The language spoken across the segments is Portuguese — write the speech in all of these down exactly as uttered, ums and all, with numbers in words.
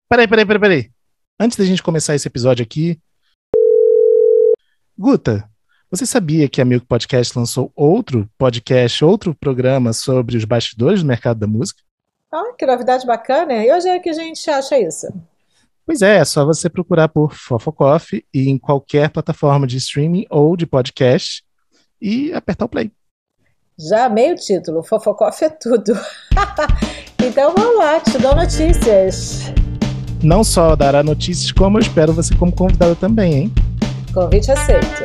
Peraí, peraí, peraí, peraí. Antes da gente começar esse episódio aqui, Guta, você sabia que a Milk Podcast lançou outro podcast, outro programa sobre os bastidores do mercado da música? Ah, que novidade bacana. E hoje é que a gente acha isso? Pois é, é só você procurar por Fofocoff e em qualquer plataforma de streaming ou de podcast e apertar o play. Já amei o título, Fofocoff é tudo. Então vamos lá, te dou notícias. Não só dará notícias, como eu espero você como convidada também, hein? Convite aceito.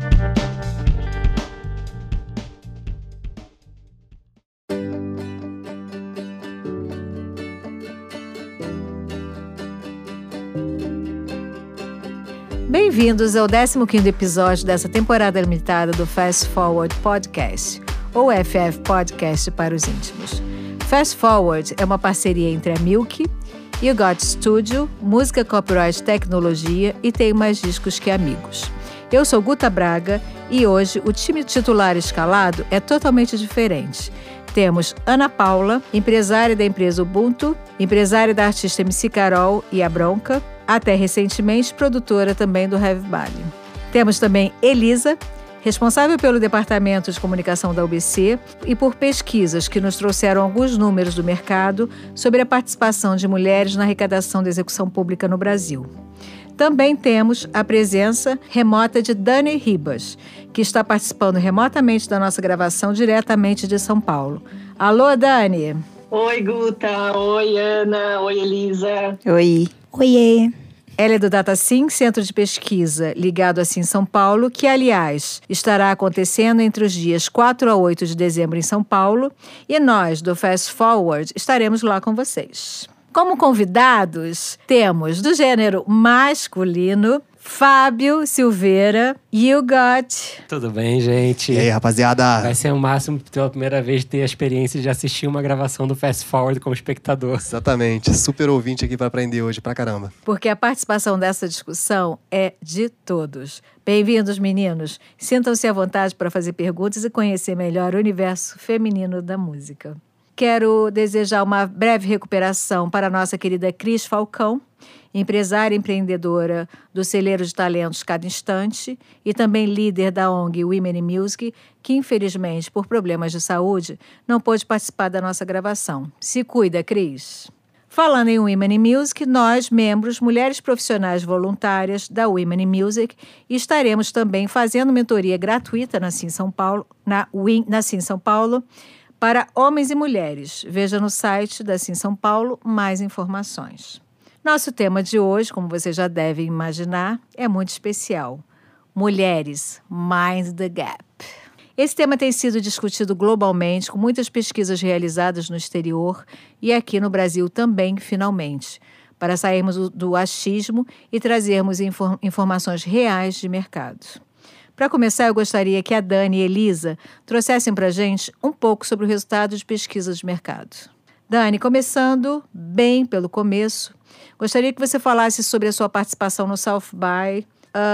Bem-vindos ao décimo quinto episódio dessa temporada limitada do Fast Forward Podcast, ou F F Podcast para os íntimos. Fast Forward é uma parceria entre a Milk, You Got Studio, Música, Copyright, Tecnologia e Tenho Mais Discos Que Amigos. Eu sou Guta Braga e hoje o time titular escalado é totalmente diferente. Temos Ana Paula, empresária da empresa Ubuntu, empresária da artista M C Carol e a Bronca, até recentemente produtora também do Heavy Valley. Temos também Elisa, responsável pelo Departamento de Comunicação da U B C e por pesquisas que nos trouxeram alguns números do mercado sobre a participação de mulheres na arrecadação da execução pública no Brasil. Também temos a presença remota de Dani Ribas, que está participando remotamente da nossa gravação diretamente de São Paulo. Alô, Dani! Oi, Guta! Oi, Ana! Oi, Elisa! Oi! Oiê! Ela é do DataSim, Centro de Pesquisa ligado a Sim São Paulo, que, aliás, estará acontecendo entre os dias quatro a oito de dezembro em São Paulo, e nós, do Fast Forward, estaremos lá com vocês. Como convidados, temos do gênero masculino, Fábio Silveira, You Got. Tudo bem, gente? E aí, rapaziada? Vai ser o máximo pela primeira vez ter a experiência de assistir uma gravação do Fast Forward como espectador. Exatamente. Super ouvinte aqui para aprender hoje pra caramba. Porque a participação dessa discussão é de todos. Bem-vindos, meninos. Sintam-se à vontade para fazer perguntas e conhecer melhor o universo feminino da música. Quero desejar uma breve recuperação para a nossa querida Cris Falcão, empresária e empreendedora do Celeiro de Talentos Cada Instante e também líder da O N G Women in Music, que infelizmente, por problemas de saúde, não pôde participar da nossa gravação. Se cuida, Cris! Falando em Women in Music, nós, membros, mulheres profissionais voluntárias da Women in Music, estaremos também fazendo mentoria gratuita na Sim São Paulo, na, na Sim São Paulo, para homens e mulheres. Veja no site da Sim São Paulo mais informações. Nosso tema de hoje, como você já deve imaginar, é muito especial. Mulheres, Mind the Gap. Esse tema tem sido discutido globalmente, com muitas pesquisas realizadas no exterior e aqui no Brasil também, finalmente, para sairmos do, do achismo e trazermos infor- informações reais de mercado. Para começar, eu gostaria que a Dani e a Elisa trouxessem para a gente um pouco sobre o resultado de pesquisas de mercado. Dani, começando bem pelo começo, gostaria que você falasse sobre a sua participação no South By,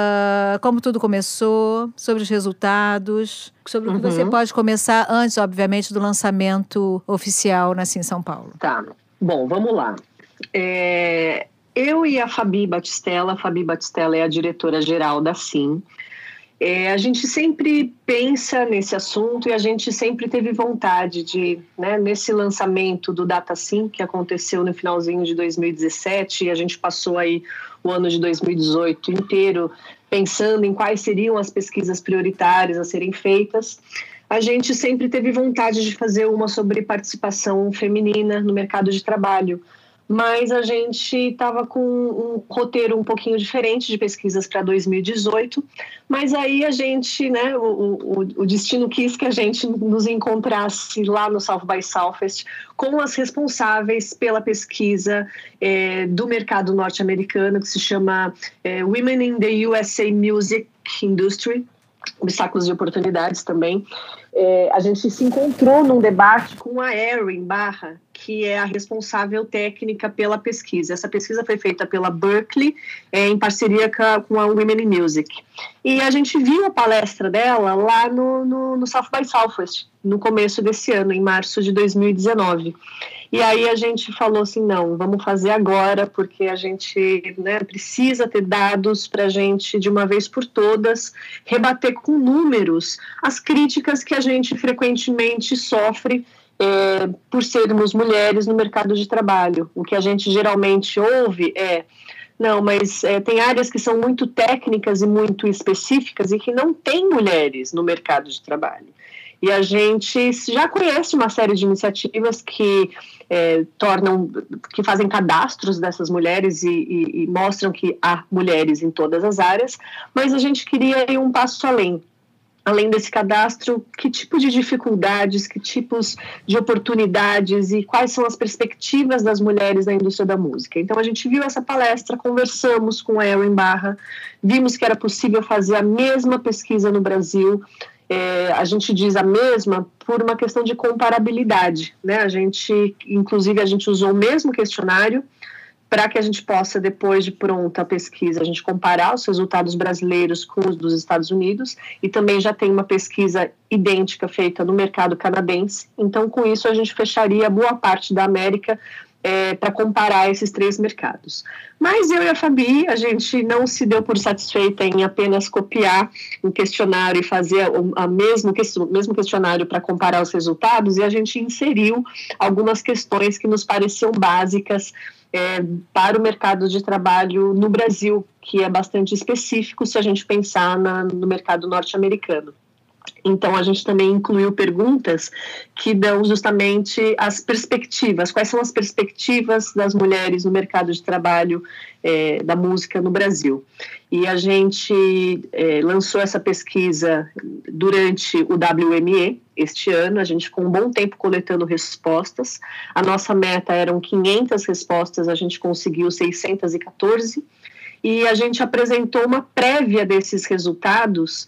uh, como tudo começou, sobre os resultados, sobre uhum. o que você pode começar antes, obviamente, do lançamento oficial na Sim São Paulo. Tá, bom, vamos lá. É, eu e a Fabi Batistella, a Fabi Batistella é a diretora-geral da Sim. É, a gente sempre pensa nesse assunto e a gente sempre teve vontade de, né, nesse lançamento do DataSim, que aconteceu no finalzinho de dois mil e dezessete, e a gente passou aí o ano de dois mil e dezoito inteiro pensando em quais seriam as pesquisas prioritárias a serem feitas. A gente sempre teve vontade de fazer uma sobre participação feminina no mercado de trabalho, mas a gente estava com um roteiro um pouquinho diferente de pesquisas para dois mil e dezoito, mas aí a gente, né, o, o, o destino quis que a gente nos encontrasse lá no South by Southwest com as responsáveis pela pesquisa é, do mercado norte-americano, que se chama é, Women in the U S A Music Industry, obstáculos e oportunidades também. É, a gente se encontrou num debate com a Erin Barra, que é a responsável técnica pela pesquisa. Essa pesquisa foi feita pela Berkeley, é, em parceria com a Women in Music. E a gente viu a palestra dela lá no, no, no South by Southwest, no começo desse ano, em março de dois mil e dezenove. E aí a gente falou assim, não, vamos fazer agora, porque a gente, né, precisa ter dados para a gente, de uma vez por todas, rebater com números as críticas que a gente frequentemente sofre é, por sermos mulheres no mercado de trabalho. O que a gente geralmente ouve é, não, mas é, tem áreas que são muito técnicas e muito específicas e que não tem mulheres no mercado de trabalho. E a gente já conhece uma série de iniciativas que é, tornam, que fazem cadastros dessas mulheres e, e, e mostram que há mulheres em todas as áreas, mas a gente queria ir um passo além. Além desse cadastro, que tipo de dificuldades, que tipos de oportunidades e quais são as perspectivas das mulheres na indústria da música. Então, a gente viu essa palestra, conversamos com a Erin Barra, vimos que era possível fazer a mesma pesquisa no Brasil. É, a gente diz a mesma por uma questão de comparabilidade, né? A gente, inclusive, a gente usou o mesmo questionário para que a gente possa, depois de pronta a pesquisa, a gente comparar os resultados brasileiros com os dos Estados Unidos, e também já tem uma pesquisa idêntica feita no mercado canadense. Então, com isso, a gente fecharia boa parte da América É, para comparar esses três mercados. Mas eu e a Fabi, a gente não se deu por satisfeita em apenas copiar um questionário e fazer o a mesmo, mesmo questionário para comparar os resultados, e a gente inseriu algumas questões que nos pareciam básicas é, para o mercado de trabalho no Brasil, que é bastante específico se a gente pensar na, no mercado norte-americano. Então, a gente também incluiu perguntas que dão justamente as perspectivas, quais são as perspectivas das mulheres no mercado de trabalho é, da música no Brasil. E a gente é, lançou essa pesquisa durante o W M E este ano, a gente ficou um bom tempo coletando respostas. A nossa meta eram quinhentas respostas, a gente conseguiu seiscentas e quatorze, e a gente apresentou uma prévia desses resultados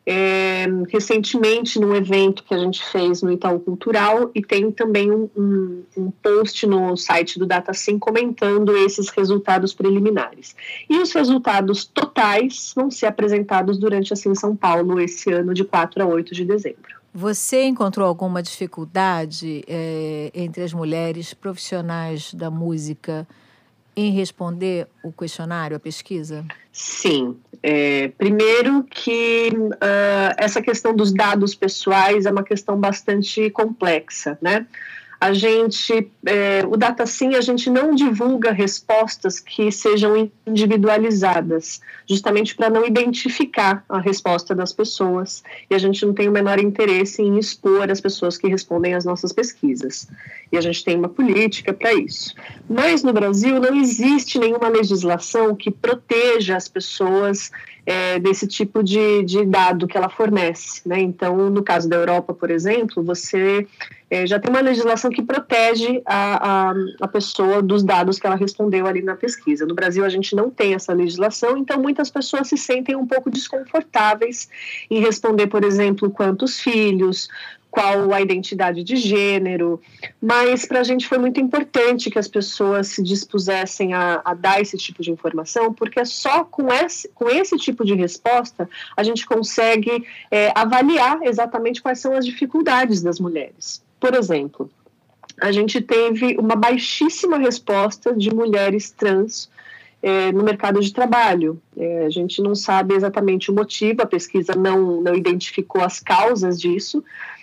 É, recentemente num evento que a gente fez no Itaú Cultural, e tem também um, um, um post no site do DataSim comentando esses resultados preliminares. E os resultados totais vão ser apresentados durante a Sim São Paulo esse ano, de quatro a oito de dezembro. Você encontrou alguma dificuldade é, entre as mulheres profissionais da música em responder o questionário, a pesquisa? Sim. É, primeiro que uh, essa questão dos dados pessoais é uma questão bastante complexa, né? A gente, é, o DataSim, a gente não divulga respostas que sejam individualizadas, justamente para não identificar a resposta das pessoas, e a gente não tem o menor interesse em expor as pessoas que respondem às nossas pesquisas, e a gente tem uma política para isso. Mas no Brasil não existe nenhuma legislação que proteja as pessoas é, desse tipo de, de dado que ela fornece, né? Então, no caso da Europa, por exemplo, você é, já tem uma legislação que protege a, a, a pessoa dos dados que ela respondeu ali na pesquisa. No Brasil, a gente não tem essa legislação, então muitas pessoas se sentem um pouco desconfortáveis em responder, por exemplo, quantos filhos, qual a identidade de gênero, mas para a gente foi muito importante que as pessoas se dispusessem a, a dar esse tipo de informação, porque só com esse, com esse tipo de resposta a gente consegue é, avaliar exatamente quais são as dificuldades das mulheres. Por exemplo, a gente teve uma baixíssima resposta de mulheres trans É, no mercado de trabalho. É, a gente não sabe exatamente o motivo, a pesquisa não, não identificou as causas disso,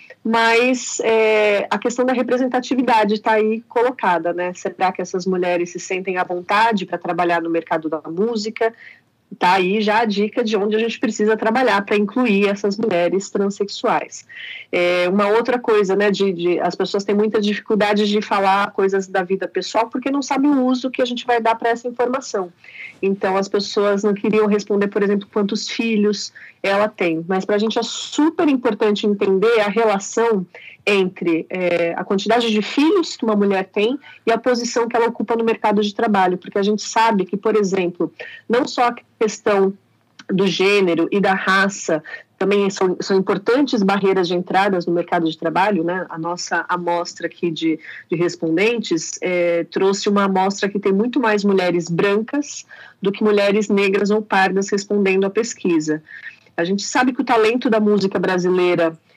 mas é, a questão da representatividade está aí colocada, né? Será que essas mulheres se sentem à vontade para trabalhar no mercado da música? Está aí já a dica de onde a gente precisa trabalhar para incluir essas mulheres transexuais. É, uma outra coisa, né, de, de, as pessoas têm muita dificuldade de falar coisas da vida pessoal porque não sabem o uso que a gente vai dar para essa informação. Então, as pessoas não queriam responder, por exemplo, quantos filhos ela tem. Mas para a gente é super importante entender a relação entre é, a quantidade de filhos que uma mulher tem e a posição que ela ocupa no mercado de trabalho, porque a gente sabe que, por exemplo, não só a questão do gênero e da raça também são, são importantes barreiras de entradas no mercado de trabalho, né? A nossa amostra aqui de, de respondentes é, trouxe uma amostra que tem muito mais mulheres brancas do que mulheres negras ou pardas respondendo à pesquisa. A gente sabe que o talento da música brasileira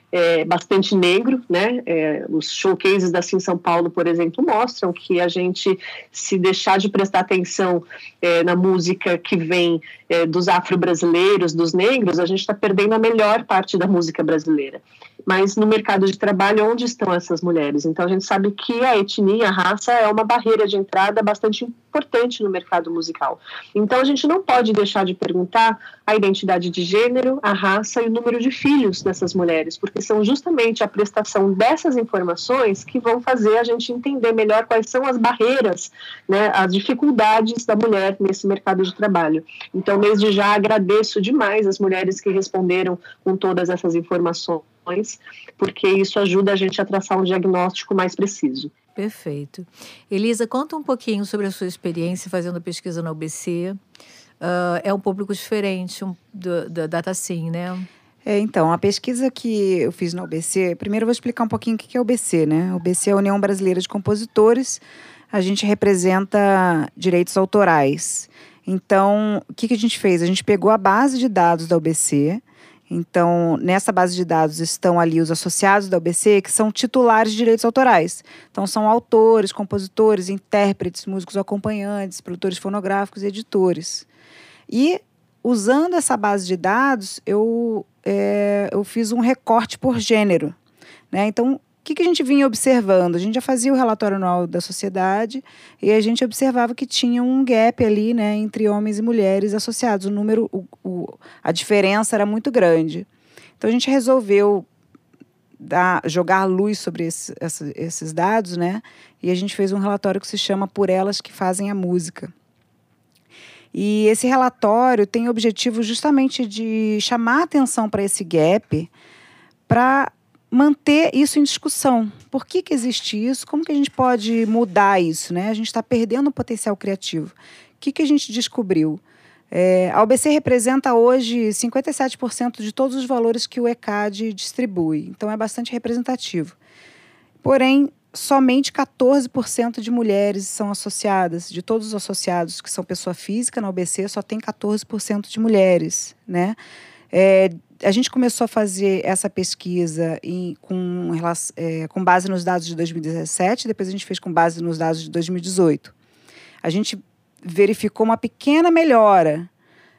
é, bastante negro, né? É, os showcases da Sim São Paulo, por exemplo, mostram que a gente, se deixar de prestar atenção é, na música que vem é, dos afro-brasileiros, dos negros, a gente está perdendo a melhor parte da música brasileira. Mas no mercado de trabalho, onde estão essas mulheres? Então a gente sabe que a etnia, a raça é uma barreira de entrada bastante importante no mercado musical. Então a gente não pode deixar de perguntar a identidade de gênero, a raça e o número de filhos dessas mulheres, porque são justamente a prestação dessas informações que vão fazer a gente entender melhor quais são as barreiras, né, as dificuldades da mulher nesse mercado de trabalho. Então, desde já, agradeço demais as mulheres que responderam com todas essas informações, porque isso ajuda a gente a traçar um diagnóstico mais preciso. Perfeito. Elisa, conta um pouquinho sobre a sua experiência fazendo pesquisa na U B C. Uh, é um público diferente um, do, da DataSim, né? É, então, a pesquisa que eu fiz na U B C, primeiro eu vou explicar um pouquinho o que é a U B C, né? A U B C é a União Brasileira de Compositores, a gente representa direitos autorais. Então, o que, que a gente fez? A gente pegou a base de dados da U B C. Então, nessa base de dados estão ali os associados da U B C, que são titulares de direitos autorais. Então, são autores, compositores, intérpretes, músicos acompanhantes, produtores fonográficos e editores. E, usando essa base de dados, eu, é, eu fiz um recorte por gênero, né? Então, o que, que a gente vinha observando? A gente já fazia o relatório anual da sociedade e a gente observava que tinha um gap ali, né, entre homens e mulheres associados. O número, o, o, a diferença era muito grande. Então, a gente resolveu dar, jogar luz sobre esse, essa, esses dados, né, e a gente fez um relatório que se chama Por Elas que Fazem a Música. E esse relatório tem o objetivo justamente de chamar a atenção para esse gap, para manter isso em discussão. Por que que existe isso? Como que a gente pode mudar isso, né? A gente está perdendo o potencial criativo. O que que a gente descobriu? É, a U B C representa hoje cinquenta e sete por cento de todos os valores que o ECAD distribui. Então, é bastante representativo. Porém, somente quatorze por cento de mulheres são associadas. De todos os associados que são pessoa física na U B C, só tem quatorze por cento de mulheres, né? É, a gente começou a fazer essa pesquisa em, com, é, com base nos dados de dois mil e dezessete, depois a gente fez com base nos dados de dois mil e dezoito. A gente verificou uma pequena melhora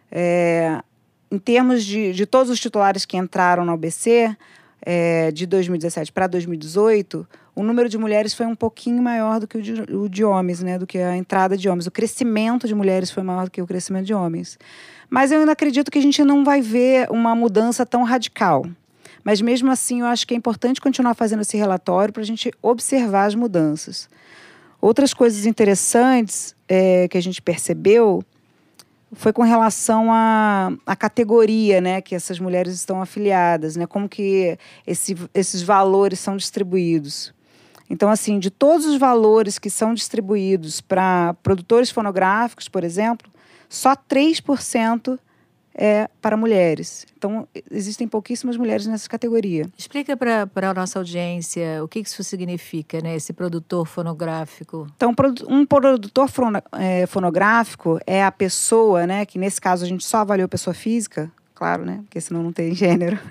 é, em termos de, de todos os titulares que entraram na U B C, é, de dois mil e dezessete para dois mil e dezoito, o número de mulheres foi um pouquinho maior do que o de, o de homens, né, do que a entrada de homens. O crescimento de mulheres foi maior do que o crescimento de homens. Mas eu ainda acredito que a gente não vai ver uma mudança tão radical. Mas mesmo assim, eu acho que é importante continuar fazendo esse relatório para a gente observar as mudanças. Outras coisas interessantes é, que a gente percebeu foi com relação à, à categoria, né, que essas mulheres estão afiliadas, né, como que esse, esses valores são distribuídos. Então, assim, de todos os valores que são distribuídos para produtores fonográficos, por exemplo, só três por cento é para mulheres. Então, existem pouquíssimas mulheres nessa categoria. Explica para a nossa audiência o que isso significa, né, esse produtor fonográfico. Então, um produtor fonográfico é a pessoa, né, que nesse caso a gente só avaliou pessoa física, claro, né, porque senão não tem gênero,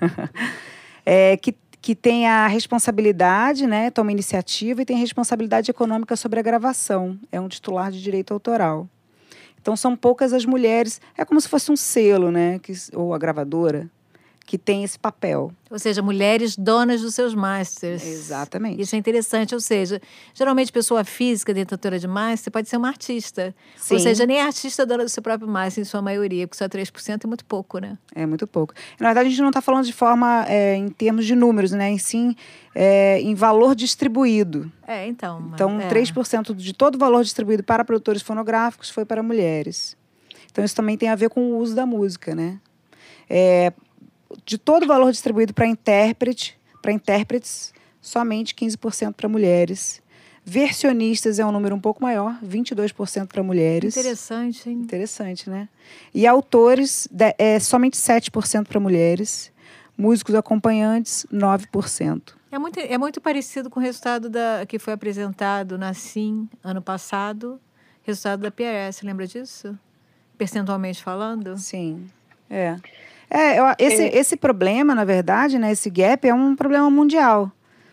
é, que, que tem a responsabilidade, né, toma iniciativa e tem responsabilidade econômica sobre a gravação. É um titular de direito autoral. Então, são poucas as mulheres, é como se fosse um selo, né, que, ou a gravadora, que tem esse papel. Ou seja, mulheres donas dos seus masters. Exatamente. Isso é interessante, ou seja, geralmente pessoa física, detentora de master, pode ser uma artista. Sim. Ou seja, nem artista dona do seu próprio master, em sua maioria, porque só três por cento é muito pouco, né? É muito pouco. Na verdade, a gente não está falando de forma, é, em termos de números, né, em sim, é, em valor distribuído. É, então. Então, é. três por cento de todo o valor distribuído para produtores fonográficos foi para mulheres. Então, isso também tem a ver com o uso da música, né? É, de todo o valor distribuído para intérprete, para intérpretes, somente quinze por cento para mulheres. Versionistas é um número um pouco maior, vinte e dois por cento para mulheres. Interessante, hein? Interessante, né? E autores, é somente sete por cento para mulheres. Músicos acompanhantes, nove por cento. É muito, é muito parecido com o resultado da, que foi apresentado na Sim ano passado, resultado da P R S, lembra disso? Percentualmente falando? Sim, é. É, eu, esse, é. esse problema, na verdade, né, esse gap é um problema mundial.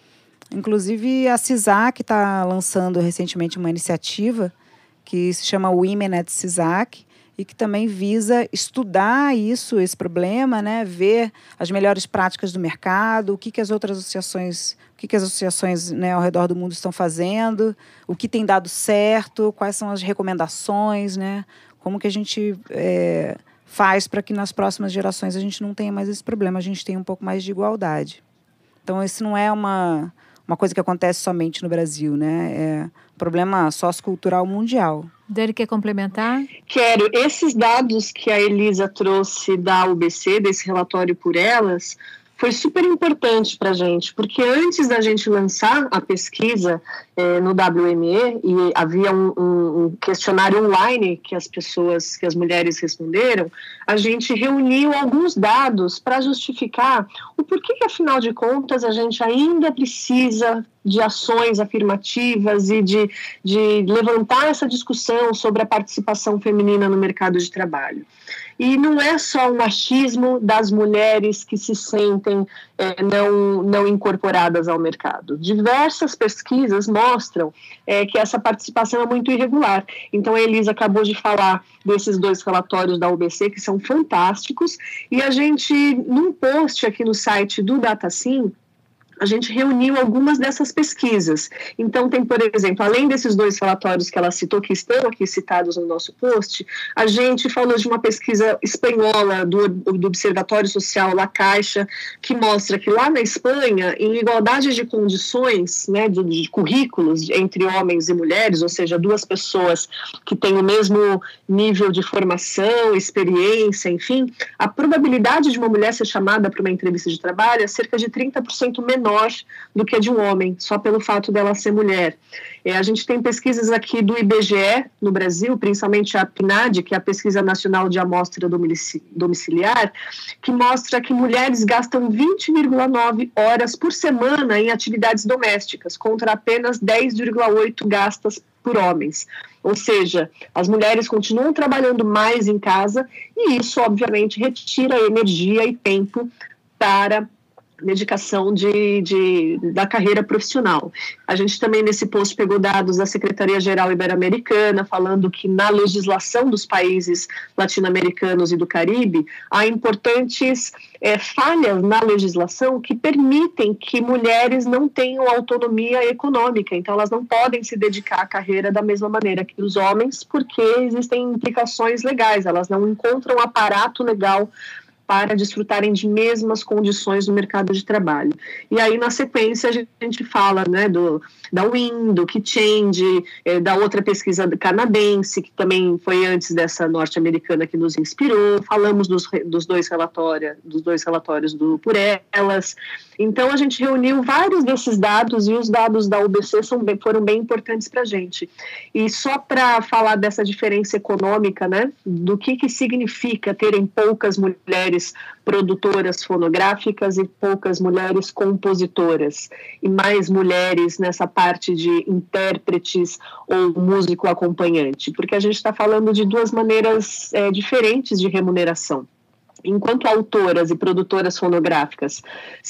Inclusive, a CISAC está lançando recentemente uma iniciativa que se chama Women at CISAC e que também visa estudar isso, esse problema, né, ver as melhores práticas do mercado, o que, que as outras associações, o que, que as associações, né, ao redor do mundo estão fazendo, o que tem dado certo, quais são as recomendações, né, como que a gente é, faz para que nas próximas gerações a gente não tenha mais esse problema, a gente tenha um pouco mais de igualdade. Então, isso não é uma, uma coisa que acontece somente no Brasil, né? É um problema sociocultural mundial. Dani, quer complementar? Quero. Esses dados que a Elisa trouxe da U B C, desse relatório por elas, foi super importante para a gente, porque antes da gente lançar a pesquisa eh, no W M E, e havia um, um, um questionário online que as pessoas, que as mulheres responderam, a gente reuniu alguns dados para justificar o porquê que, afinal de contas, a gente ainda precisa de ações afirmativas e de, de levantar essa discussão sobre a participação feminina no mercado de trabalho. E não é só o machismo das mulheres que se sentem é, não, não incorporadas ao mercado. Diversas pesquisas mostram é, que essa participação é muito irregular. Então, a Elisa acabou de falar desses dois relatórios da U B C, que são fantásticos, e a gente, num post aqui no site do DataSim, a gente reuniu algumas dessas pesquisas. Então, tem, por exemplo, além desses dois relatórios que ela citou, que estão aqui citados no nosso post, a gente falou de uma pesquisa espanhola do, do Observatório Social La Caixa, que mostra que lá na Espanha, em igualdade de condições, né, de, de currículos entre homens e mulheres, ou seja, duas pessoas que têm o mesmo nível de formação, experiência, enfim, a probabilidade de uma mulher ser chamada para uma entrevista de trabalho é cerca de trinta por cento menor do que a de um homem, só pelo fato dela ser mulher. É, a gente tem pesquisas aqui do I B G E no Brasil, principalmente a P N A D, que é a Pesquisa Nacional de Amostra Domiciliar, que mostra que mulheres gastam vinte vírgula nove horas por semana em atividades domésticas, contra apenas dez vírgula oito gastas por homens. Ou seja, as mulheres continuam trabalhando mais em casa e isso, obviamente, retira energia e tempo para dedicação de, de, da carreira profissional. A gente também nesse post pegou dados da Secretaria-Geral Ibero-Americana falando que na legislação dos países latino-americanos e do Caribe há importantes é, falhas na legislação que permitem que mulheres não tenham autonomia econômica, então elas não podem se dedicar à carreira da mesma maneira que os homens, porque existem implicações legais, elas não encontram aparato legal para desfrutarem de mesmas condições no mercado de trabalho. E aí, na sequência, a gente fala, né, do, da W I N, do KeyChange, é, da outra pesquisa canadense, que também foi antes dessa norte-americana que nos inspirou, falamos dos, dos, dois relatórios, dos dois relatórios do Por Elas. Então, a gente reuniu vários desses dados e os dados da U B C são bem, foram bem importantes para a gente. E só para falar dessa diferença econômica, né, do que, que significa terem poucas mulheres produtoras fonográficas e poucas mulheres compositoras e mais mulheres nessa parte de intérpretes ou músico acompanhante, porque a gente está falando de duas maneiras é, diferentes de remuneração. Enquanto autoras e produtoras fonográficas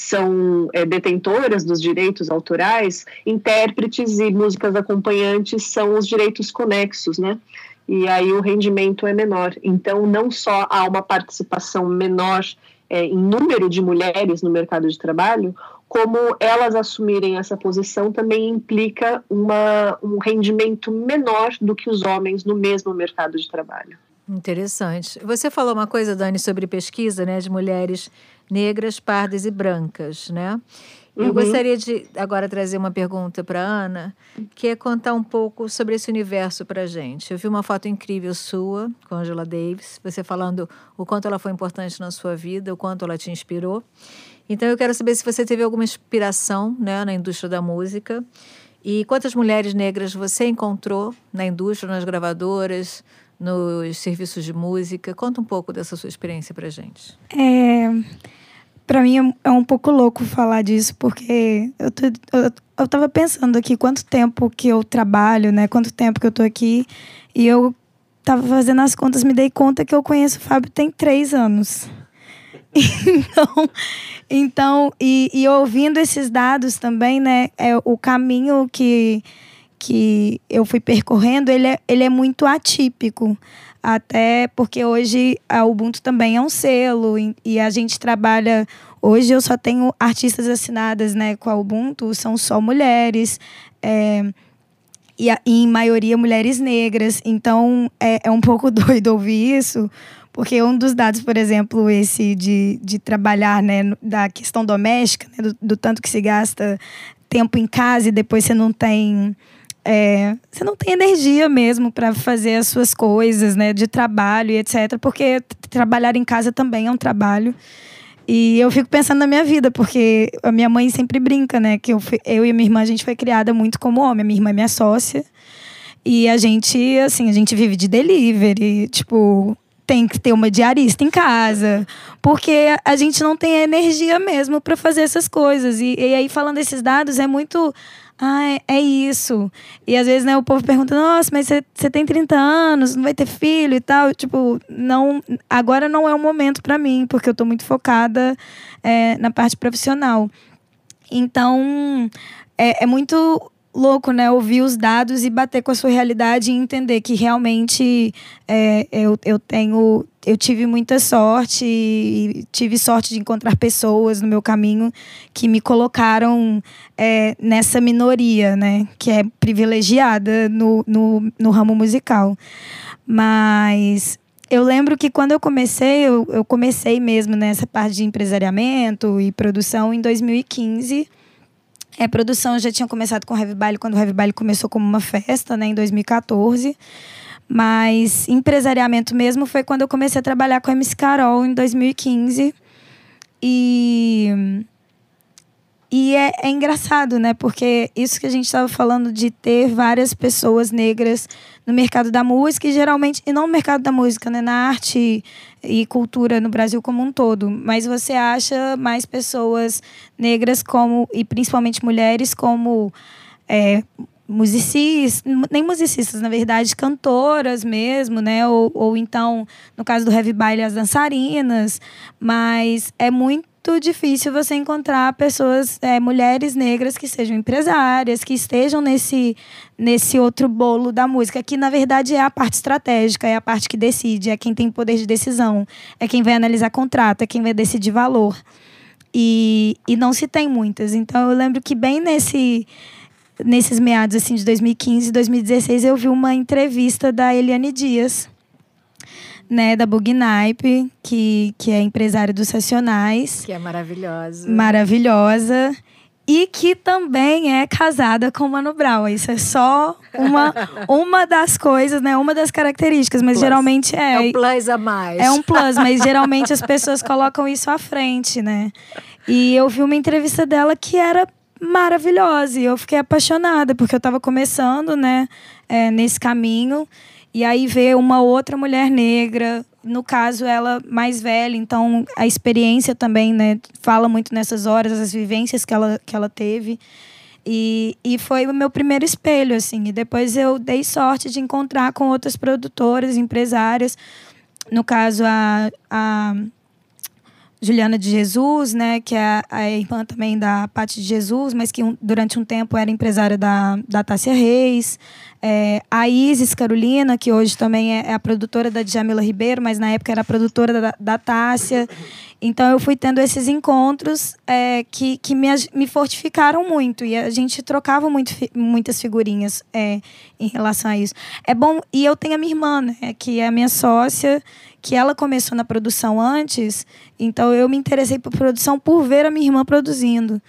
são é, detentoras dos direitos autorais, intérpretes e músicas acompanhantes são os direitos conexos, né? E aí o rendimento é menor. Então, não só há uma participação menor é, em número de mulheres no mercado de trabalho, como elas assumirem essa posição também implica uma, um rendimento menor do que os homens no mesmo mercado de trabalho. Interessante. Você falou uma coisa, Dani, sobre pesquisa, né, de mulheres negras, pardas e brancas, né? Eu uhum. gostaria de agora trazer uma pergunta para a Ana, que é contar um pouco sobre esse universo para a gente. Eu vi uma foto incrível sua, com a Angela Davis, você falando o quanto ela foi importante na sua vida, o quanto ela te inspirou. Então, eu quero saber se você teve alguma inspiração, né, na indústria da música e quantas mulheres negras você encontrou na indústria, nas gravadoras, nos serviços de música. Conta um pouco dessa sua experiência para a gente. É... Para mim é um pouco louco falar disso, porque eu, tô, eu, eu tava pensando aqui quanto tempo que eu trabalho, né? Quanto tempo que eu tô aqui. E eu tava fazendo as contas, me dei conta que eu conheço o Fábio tem três anos. Então, então e, e ouvindo esses dados também, né, é, o caminho que, que eu fui percorrendo, ele é, ele é muito atípico. Até porque hoje a Ubuntu também é um selo e, e a gente trabalha... Hoje eu só tenho artistas assinadas, né, com a Ubuntu, são só mulheres, é, e, a, e em maioria mulheres negras. Então é, é um pouco doido ouvir isso, porque um dos dados, por exemplo, esse de, de trabalhar, né, da questão doméstica, né, do, do tanto que se gasta tempo em casa e depois você não tem... É, você não tem energia mesmo para fazer as suas coisas, né, de trabalho e etcétera. Porque trabalhar em casa também é um trabalho. E eu fico pensando na minha vida, porque a minha mãe sempre brinca, né, que eu, fui, eu e minha irmã, a gente foi criada muito como homem. A minha irmã é minha sócia. E a gente, assim, a gente vive de delivery, tipo... Tem que ter uma diarista em casa, porque a gente não tem energia mesmo para fazer essas coisas. E, e aí, falando desses dados, é muito... Ah, é, é isso. E às vezes, né, o povo pergunta, nossa, mas você tem trinta anos, não vai ter filho e tal. Tipo, não, agora não é o momento para mim, porque eu estou muito focada é, na parte profissional. Então, é, é muito... louco, né? Ouvir os dados e bater com a sua realidade e entender que realmente é, eu, eu tenho... Eu tive muita sorte e tive sorte de encontrar pessoas no meu caminho que me colocaram é, nessa minoria, né? Que é privilegiada no, no, no ramo musical. Mas... eu lembro que quando eu comecei, eu, eu comecei mesmo nessa parte de empresariamento e produção em dois mil e quinze. É, a produção já tinha começado com o Heavy Baile, quando o Heavy Baile começou como uma festa, né, em dois mil e quatorze. Mas empresariamento mesmo foi quando eu comecei a trabalhar com a M C Carol, em dois mil e quinze. E, e é, é engraçado, né? Porque isso que a gente estava falando de ter várias pessoas negras no mercado da música, e geralmente, e não no mercado da música, né, na arte e cultura no Brasil como um todo, mas você acha mais pessoas negras como, e principalmente mulheres como é, musicistas, nem musicistas, na verdade, cantoras mesmo, né, ou, ou então, no caso do Heavy Baile, as dançarinas, mas é muito difícil você encontrar pessoas, é, mulheres negras que sejam empresárias, que estejam nesse, nesse outro bolo da música, que na verdade é a parte estratégica, é a parte que decide, é quem tem poder de decisão, é quem vai analisar contrato, é quem vai decidir valor. E, e não se tem muitas. Então eu lembro que bem nesse, nesses meados assim, de dois mil e quinze, dois mil e dezesseis, eu vi uma entrevista da Eliane Dias, né, da Bugnipe, que, que é empresária dos Racionais. Que é maravilhosa. Maravilhosa. E que também é casada com o Mano Brown. Isso é só uma, uma das coisas, né? Uma das características. Mas plus. Geralmente é... É um plus a mais. É um plus, mas geralmente as pessoas colocam isso à frente, né? E eu vi uma entrevista dela que era maravilhosa. E eu fiquei apaixonada, porque eu estava começando, né, é, nesse caminho. E aí ver uma outra mulher negra, no caso ela mais velha, então a experiência também, né, fala muito nessas horas, as vivências que ela, que ela teve. E, e foi o meu primeiro espelho, assim. E depois eu dei sorte de encontrar com outras produtoras, empresárias. No caso, a, a Juliana de Jesus, né, que é a irmã também da Paty de Jesus, mas que um, durante um tempo era empresária da, da Tássia Reis. É, a Isis Carolina, que hoje também é, é a produtora da Djamila Ribeiro, mas na época era a produtora da, da Tássia. Então eu fui tendo esses encontros é, que, que me, me fortificaram muito. E a gente trocava muito, muitas figurinhas é, em relação a isso. É bom, e eu tenho a minha irmã, né, que é a minha sócia, que ela começou na produção antes, então eu me interessei por produção por ver a minha irmã produzindo.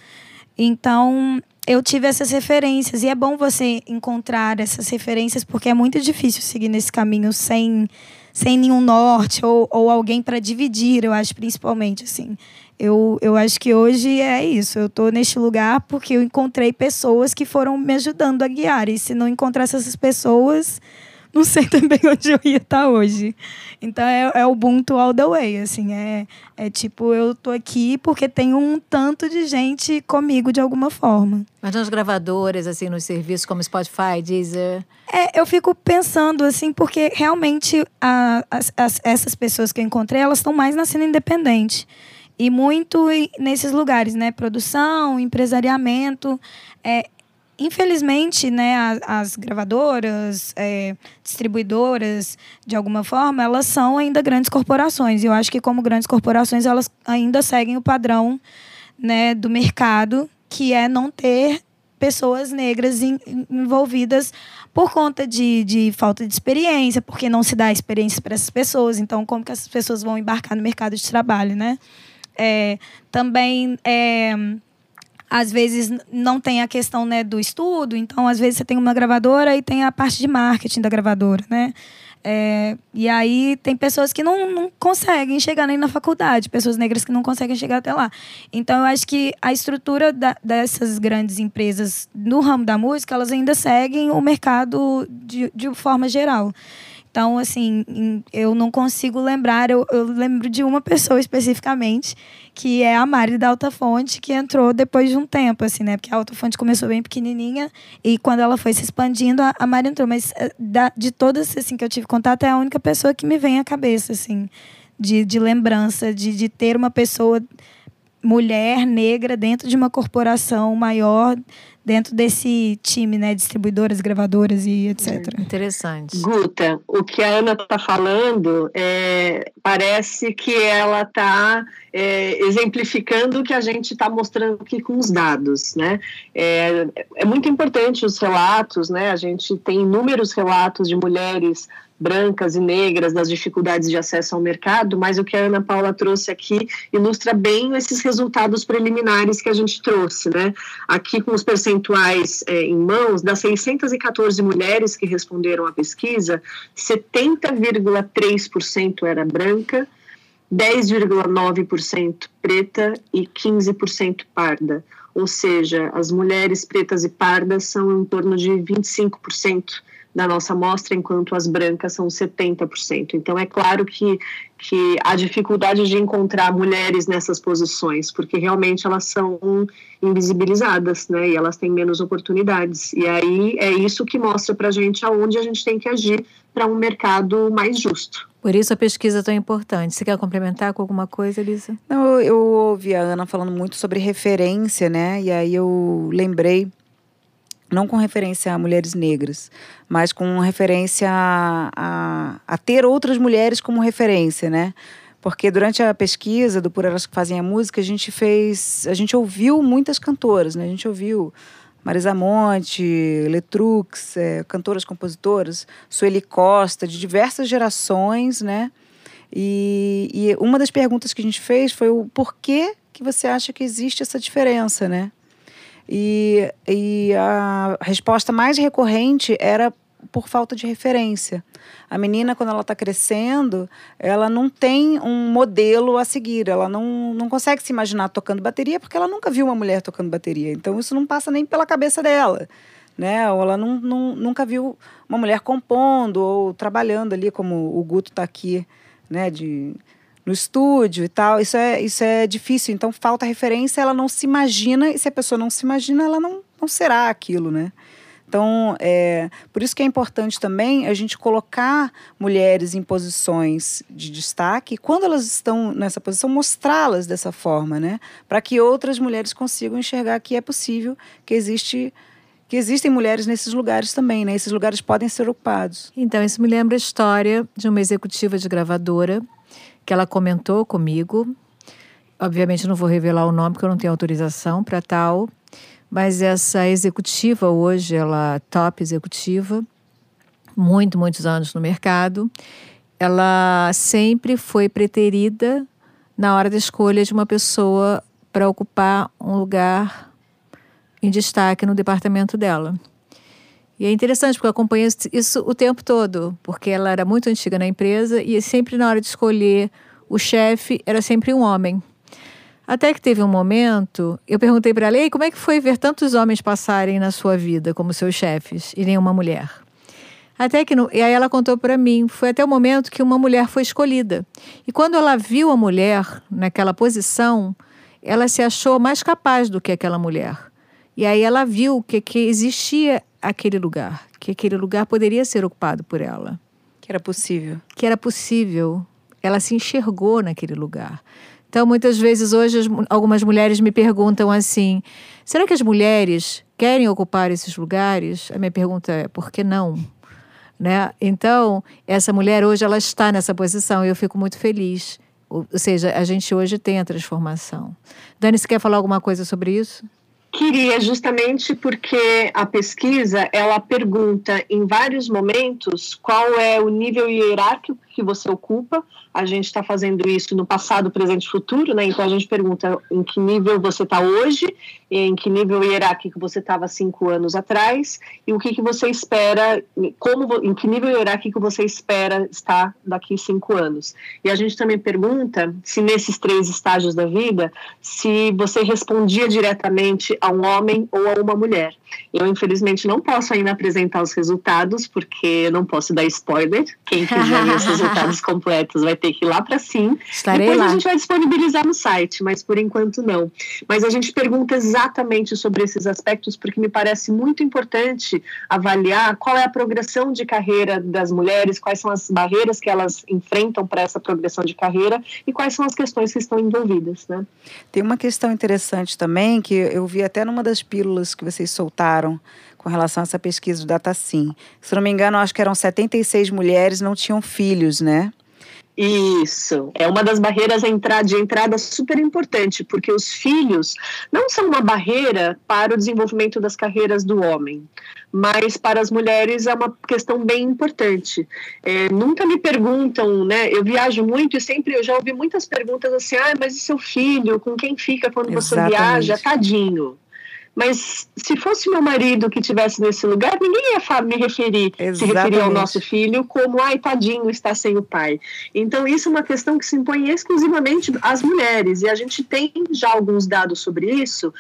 Então eu tive essas referências, e é bom você encontrar essas referências, porque é muito difícil seguir nesse caminho sem, sem nenhum norte ou, ou alguém para dividir, eu acho, principalmente, assim. Eu, eu acho que hoje é isso, eu estou neste lugar porque eu encontrei pessoas que foram me ajudando a guiar, e se não encontrasse essas pessoas, não sei também onde eu ia estar hoje. Então é, é o Ubuntu all the way, assim, é, é tipo, eu tô aqui porque tem um tanto de gente comigo de alguma forma. Mas nas gravadoras, assim, nos serviços como Spotify, Deezer... É, eu fico pensando, assim, porque realmente a, as, as, essas pessoas que eu encontrei, elas estão mais na cena independente. E muito nesses lugares, né? Produção, empresariamento. É, infelizmente, né, as, as gravadoras, é, distribuidoras, de alguma forma, elas são ainda grandes corporações. E eu acho que, como grandes corporações, elas ainda seguem o padrão, né, do mercado, que é não ter pessoas negras em, envolvidas por conta de, de falta de experiência, porque não se dá experiência para essas pessoas. Então, como que essas pessoas vão embarcar no mercado de trabalho, né? É, também, é, às vezes, não tem a questão, né, do estudo. Então, às vezes, você tem uma gravadora e tem a parte de marketing da gravadora, né? É, e aí tem pessoas que não, não conseguem chegar nem na faculdade, pessoas negras que não conseguem chegar até lá. Então, eu acho que a estrutura da, dessas grandes empresas no ramo da música, elas ainda seguem o mercado de, de forma geral. Então, assim, eu não consigo lembrar, eu, eu lembro de uma pessoa especificamente, que é a Mari da Alta Fonte, que entrou depois de um tempo, assim, né? Porque a Alta Fonte começou bem pequenininha e quando ela foi se expandindo, a, a Mari entrou. Mas da, de todas, assim, que eu tive contato, é a única pessoa que me vem à cabeça, assim, de, de lembrança, de, de ter uma pessoa mulher, negra, dentro de uma corporação maior, dentro desse time, né, distribuidoras, gravadoras e etcétera. Interessante. Guta, o que a Ana está falando, é, parece que ela está é, exemplificando o que a gente está mostrando aqui com os dados, né? É, é muito importante os relatos, né? A gente tem inúmeros relatos de mulheres brancas e negras das dificuldades de acesso ao mercado, mas o que a Ana Paula trouxe aqui ilustra bem esses resultados preliminares que a gente trouxe, né? Aqui com os percentuais é, em mãos, das seiscentas e quatorze mulheres que responderam à pesquisa, setenta vírgula três por cento era branca, dez vírgula nove por cento preta e quinze por cento parda. Ou seja, as mulheres pretas e pardas são em torno de vinte e cinco por cento da nossa amostra, enquanto as brancas são setenta por cento. Então, é claro que, que há dificuldade de encontrar mulheres nessas posições, porque realmente elas são invisibilizadas, né? E elas têm menos oportunidades. E aí é isso que mostra para a gente aonde a gente tem que agir para um mercado mais justo. Por isso a pesquisa é tão importante. Você quer complementar com alguma coisa, Elisa? Não, eu, eu ouvi a Ana falando muito sobre referência, né? E aí eu lembrei, não com referência a mulheres negras, mas com referência a, a, a ter outras mulheres como referência, né? Porque durante a pesquisa do Por Elas que Fazem a Música, a gente fez, a gente ouviu muitas cantoras, né? A gente ouviu Marisa Monte, Letrux, é, cantoras, compositoras, Sueli Costa, de diversas gerações, né? E, e uma das perguntas que a gente fez foi o porquê que você acha que existe essa diferença, né? E, e a resposta mais recorrente era por falta de referência. A menina, quando ela está crescendo, ela não tem um modelo a seguir. Ela não, não consegue se imaginar tocando bateria porque ela nunca viu uma mulher tocando bateria. Então, isso não passa nem pela cabeça dela, né? Ou ela não, não, nunca viu uma mulher compondo ou trabalhando ali, como o Guto está aqui, né? De... no estúdio e tal, isso é, isso é difícil. Então, falta referência, ela não se imagina, e se a pessoa não se imagina, ela não, não será aquilo, né? Então, é, por isso que é importante também a gente colocar mulheres em posições de destaque, e quando elas estão nessa posição, mostrá-las dessa forma, né? Para que outras mulheres consigam enxergar que é possível, que existe... que existem mulheres nesses lugares também, né? Esses lugares podem ser ocupados. Então, isso me lembra a história de uma executiva de gravadora que ela comentou comigo. Obviamente não vou revelar o nome porque eu não tenho autorização para tal, mas essa executiva hoje, ela é top executiva, muito, muitos anos no mercado, ela sempre foi preterida na hora da escolha de uma pessoa para ocupar um lugar em destaque no departamento dela. E é interessante, porque eu acompanhei isso o tempo todo, porque ela era muito antiga na empresa e sempre na hora de escolher o chefe era sempre um homem. Até que teve um momento, eu perguntei para ela, e como é que foi ver tantos homens passarem na sua vida como seus chefes e nenhuma mulher? Até que, no, e aí ela contou para mim, foi até o momento que uma mulher foi escolhida. E quando ela viu a mulher naquela posição, ela se achou mais capaz do que aquela mulher. E aí ela viu que, que existia aquele lugar, que aquele lugar poderia ser ocupado por ela. Que era possível. Que era possível. Ela se enxergou naquele lugar. Então, muitas vezes, hoje, as, algumas mulheres me perguntam assim, será que as mulheres querem ocupar esses lugares? A minha pergunta é, por que não? Né? Então, essa mulher hoje, ela está nessa posição e eu fico muito feliz. Ou, ou seja, a gente hoje tem a transformação. Dani, você quer falar alguma coisa sobre isso? Queria, justamente porque a pesquisa, ela pergunta em vários momentos qual é o nível hierárquico que você ocupa. A gente está fazendo isso no passado, presente e futuro, né? Então a gente pergunta em que nível você está hoje, em que nível hierárquico você estava cinco anos atrás, e o que, que você espera, como, em que nível hierárquico você espera estar daqui cinco anos. E a gente também pergunta se nesses três estágios da vida, se você respondia diretamente a um homem ou a uma mulher. Eu, infelizmente, não posso ainda apresentar os resultados, porque eu não posso dar spoiler. Quem quiser ver os resultados completos vai ter que ir lá para Sim. Estarei Depois lá. A gente vai disponibilizar no site, mas por enquanto não. Mas a gente pergunta exatamente sobre esses aspectos, porque me parece muito importante avaliar qual é a progressão de carreira das mulheres, quais são as barreiras que elas enfrentam para essa progressão de carreira e quais são as questões que estão envolvidas, né? Tem uma questão interessante também, que eu vi até numa das pílulas que vocês soltaram com relação a essa pesquisa do Datacim. Se não me engano, acho que eram setenta e seis mulheres não tinham filhos, né? Isso, é uma das barreiras de entrada super importante, porque os filhos não são uma barreira para o desenvolvimento das carreiras do homem, mas para as mulheres é uma questão bem importante. É, nunca me perguntam, né? Eu viajo muito e sempre eu já ouvi muitas perguntas assim, ah, mas e seu filho, com quem fica quando você Exatamente. viaja? Tadinho. Mas se fosse meu marido que estivesse nesse lugar, ninguém ia me referir, Exatamente. se referir ao nosso filho como, ai, tadinho, está sem o pai. Então, isso é uma questão que se impõe exclusivamente às mulheres, e a gente tem já alguns dados sobre isso.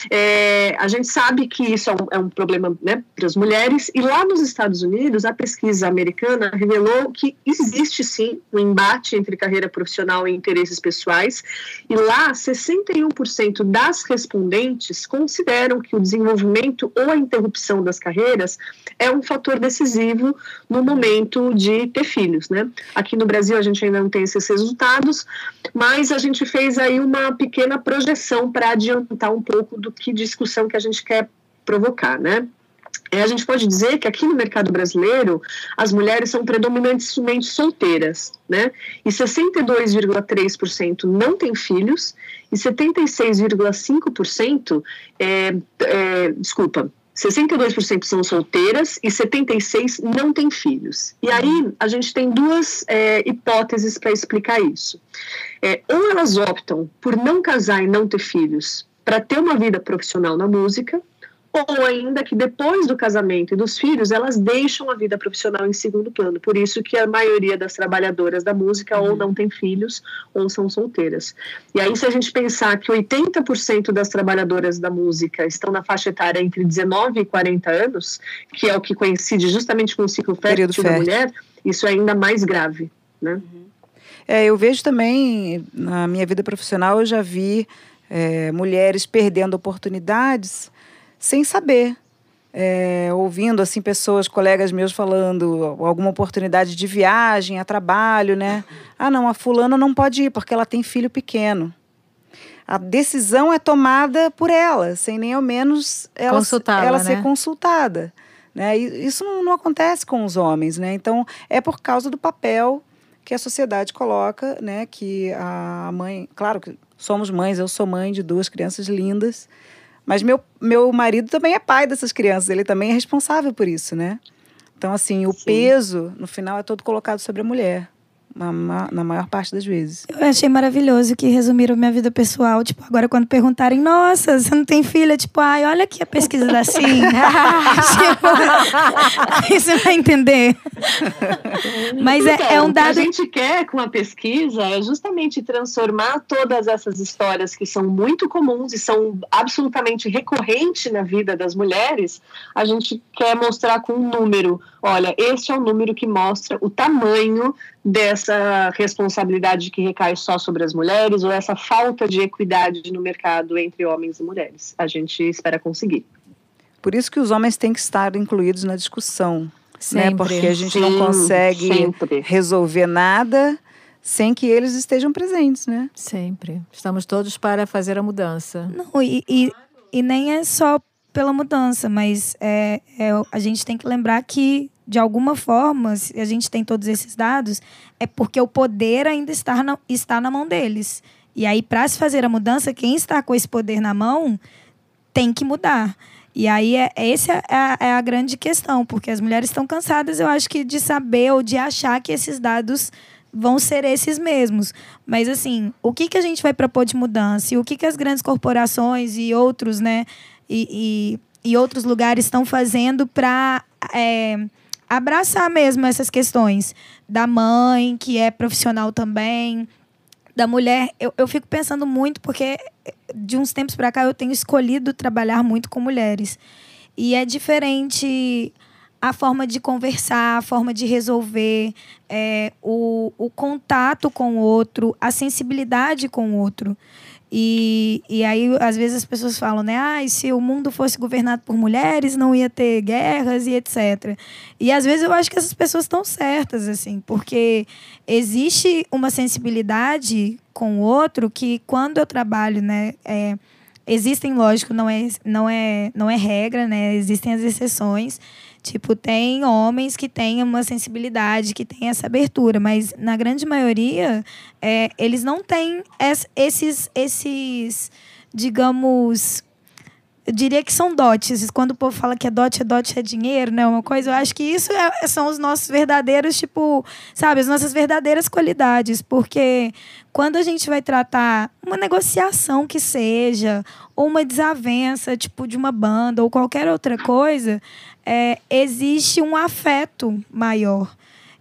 É, a gente sabe que isso é um, é um problema, né, para as mulheres, e lá nos Estados Unidos, a pesquisa americana revelou que existe, sim, um embate entre carreira profissional e interesses pessoais, e lá, sessenta e um por cento das respondentes consideram que o desenvolvimento ou a interrupção das carreiras é um fator decisivo no momento de ter filhos, né? Aqui no Brasil a gente ainda não tem esses resultados, mas a gente fez aí uma pequena projeção para adiantar um pouco do que discussão que a gente quer provocar, né? É, a gente pode dizer que aqui no mercado brasileiro as mulheres são predominantemente solteiras, né? E sessenta e dois vírgula três por cento não têm filhos e setenta e seis vírgula cinco por cento é, é, desculpa, sessenta e dois por cento são solteiras e setenta e seis por cento não têm filhos. E aí a gente tem duas é, hipóteses para explicar isso. É, ou elas optam por não casar e não ter filhos para ter uma vida profissional na música, ou ainda que depois do casamento e dos filhos, elas deixam a vida profissional em segundo plano. Por isso que a maioria das trabalhadoras da música ou não tem filhos ou são solteiras. E aí, se a gente pensar que oitenta por cento das trabalhadoras da música estão na faixa etária entre dezenove e quarenta anos, que é o que coincide justamente com o ciclo fértil da mulher, isso é ainda mais grave, né? É, eu vejo também, na minha vida profissional, eu já vi é, mulheres perdendo oportunidades sem saber, é, ouvindo assim pessoas, colegas meus falando alguma oportunidade de viagem, a trabalho, né? Ah, não, a fulana não pode ir porque ela tem filho pequeno. A decisão é tomada por ela, sem nem ao menos ela, ela ser né? consultada, né? E isso não, não acontece com os homens, né? Então, é por causa do papel que a sociedade coloca, né? Que a mãe... Claro que somos mães, eu sou mãe de duas crianças lindas, mas meu, meu marido também é pai dessas crianças, ele também é responsável por isso, né? Então, assim, o Sim. peso, no final, é todo colocado sobre a mulher, na, na maior parte das vezes. Eu achei maravilhoso que resumiram minha vida pessoal. Tipo, agora quando perguntarem, nossa, você não tem filha? Tipo, ai, olha aqui a pesquisa da Sim. Tipo, aí você vai entender. Mas então, é, é um dado... O que a gente quer com a pesquisa é justamente transformar todas essas histórias que são muito comuns e são absolutamente recorrentes na vida das mulheres. A gente quer mostrar com um número. Olha, este é um número que mostra o tamanho dessa responsabilidade que recai só sobre as mulheres ou essa falta de equidade no mercado entre homens e mulheres. A gente espera conseguir. Por isso que os homens têm que estar incluídos na discussão, sempre, né? Porque a gente sim, não consegue sempre. resolver nada sem que eles estejam presentes, né? Sempre. Estamos todos para fazer a mudança. Não, e, e, e nem é só pela mudança, mas é, é, a gente tem que lembrar que, de alguma forma, se a gente tem todos esses dados, é porque o poder ainda está na, está na mão deles. E aí, para se fazer a mudança, quem está com esse poder na mão tem que mudar. E aí, é, essa é a, é a grande questão, porque as mulheres estão cansadas, eu acho que, de saber ou de achar que esses dados vão ser esses mesmos. Mas, assim, o que, que a gente vai propor de mudança? E o que, que as grandes corporações e outros, né, e, e, e outros lugares estão fazendo para é, abraçar mesmo essas questões? Da mãe, que é profissional também, da mulher. Eu, eu fico pensando muito, porque de uns tempos para cá eu tenho escolhido trabalhar muito com mulheres. E é diferente a forma de conversar, a forma de resolver, é, o, o contato com o outro, a sensibilidade com o outro. E, e aí, às vezes, as pessoas falam, né? Ah, se o mundo fosse governado por mulheres, não ia ter guerras e etcétera. E, às vezes, eu acho que essas pessoas estão certas, assim, porque existe uma sensibilidade com o outro que, quando eu trabalho, né? É, existem, lógico, não é, não, é, não é regra, né? Existem as exceções. Tipo, tem homens que têm uma sensibilidade, que têm essa abertura, mas na grande maioria, é, eles não têm esses, esses, digamos, eu diria que são dotes. Quando o povo fala que é dote, é dote, é dinheiro, né? Uma coisa, eu acho que isso é, são os nossos verdadeiros, tipo, sabe, as nossas verdadeiras qualidades, porque quando a gente vai tratar uma negociação que seja, ou uma desavença, tipo, de uma banda, ou qualquer outra coisa, é, existe um afeto maior.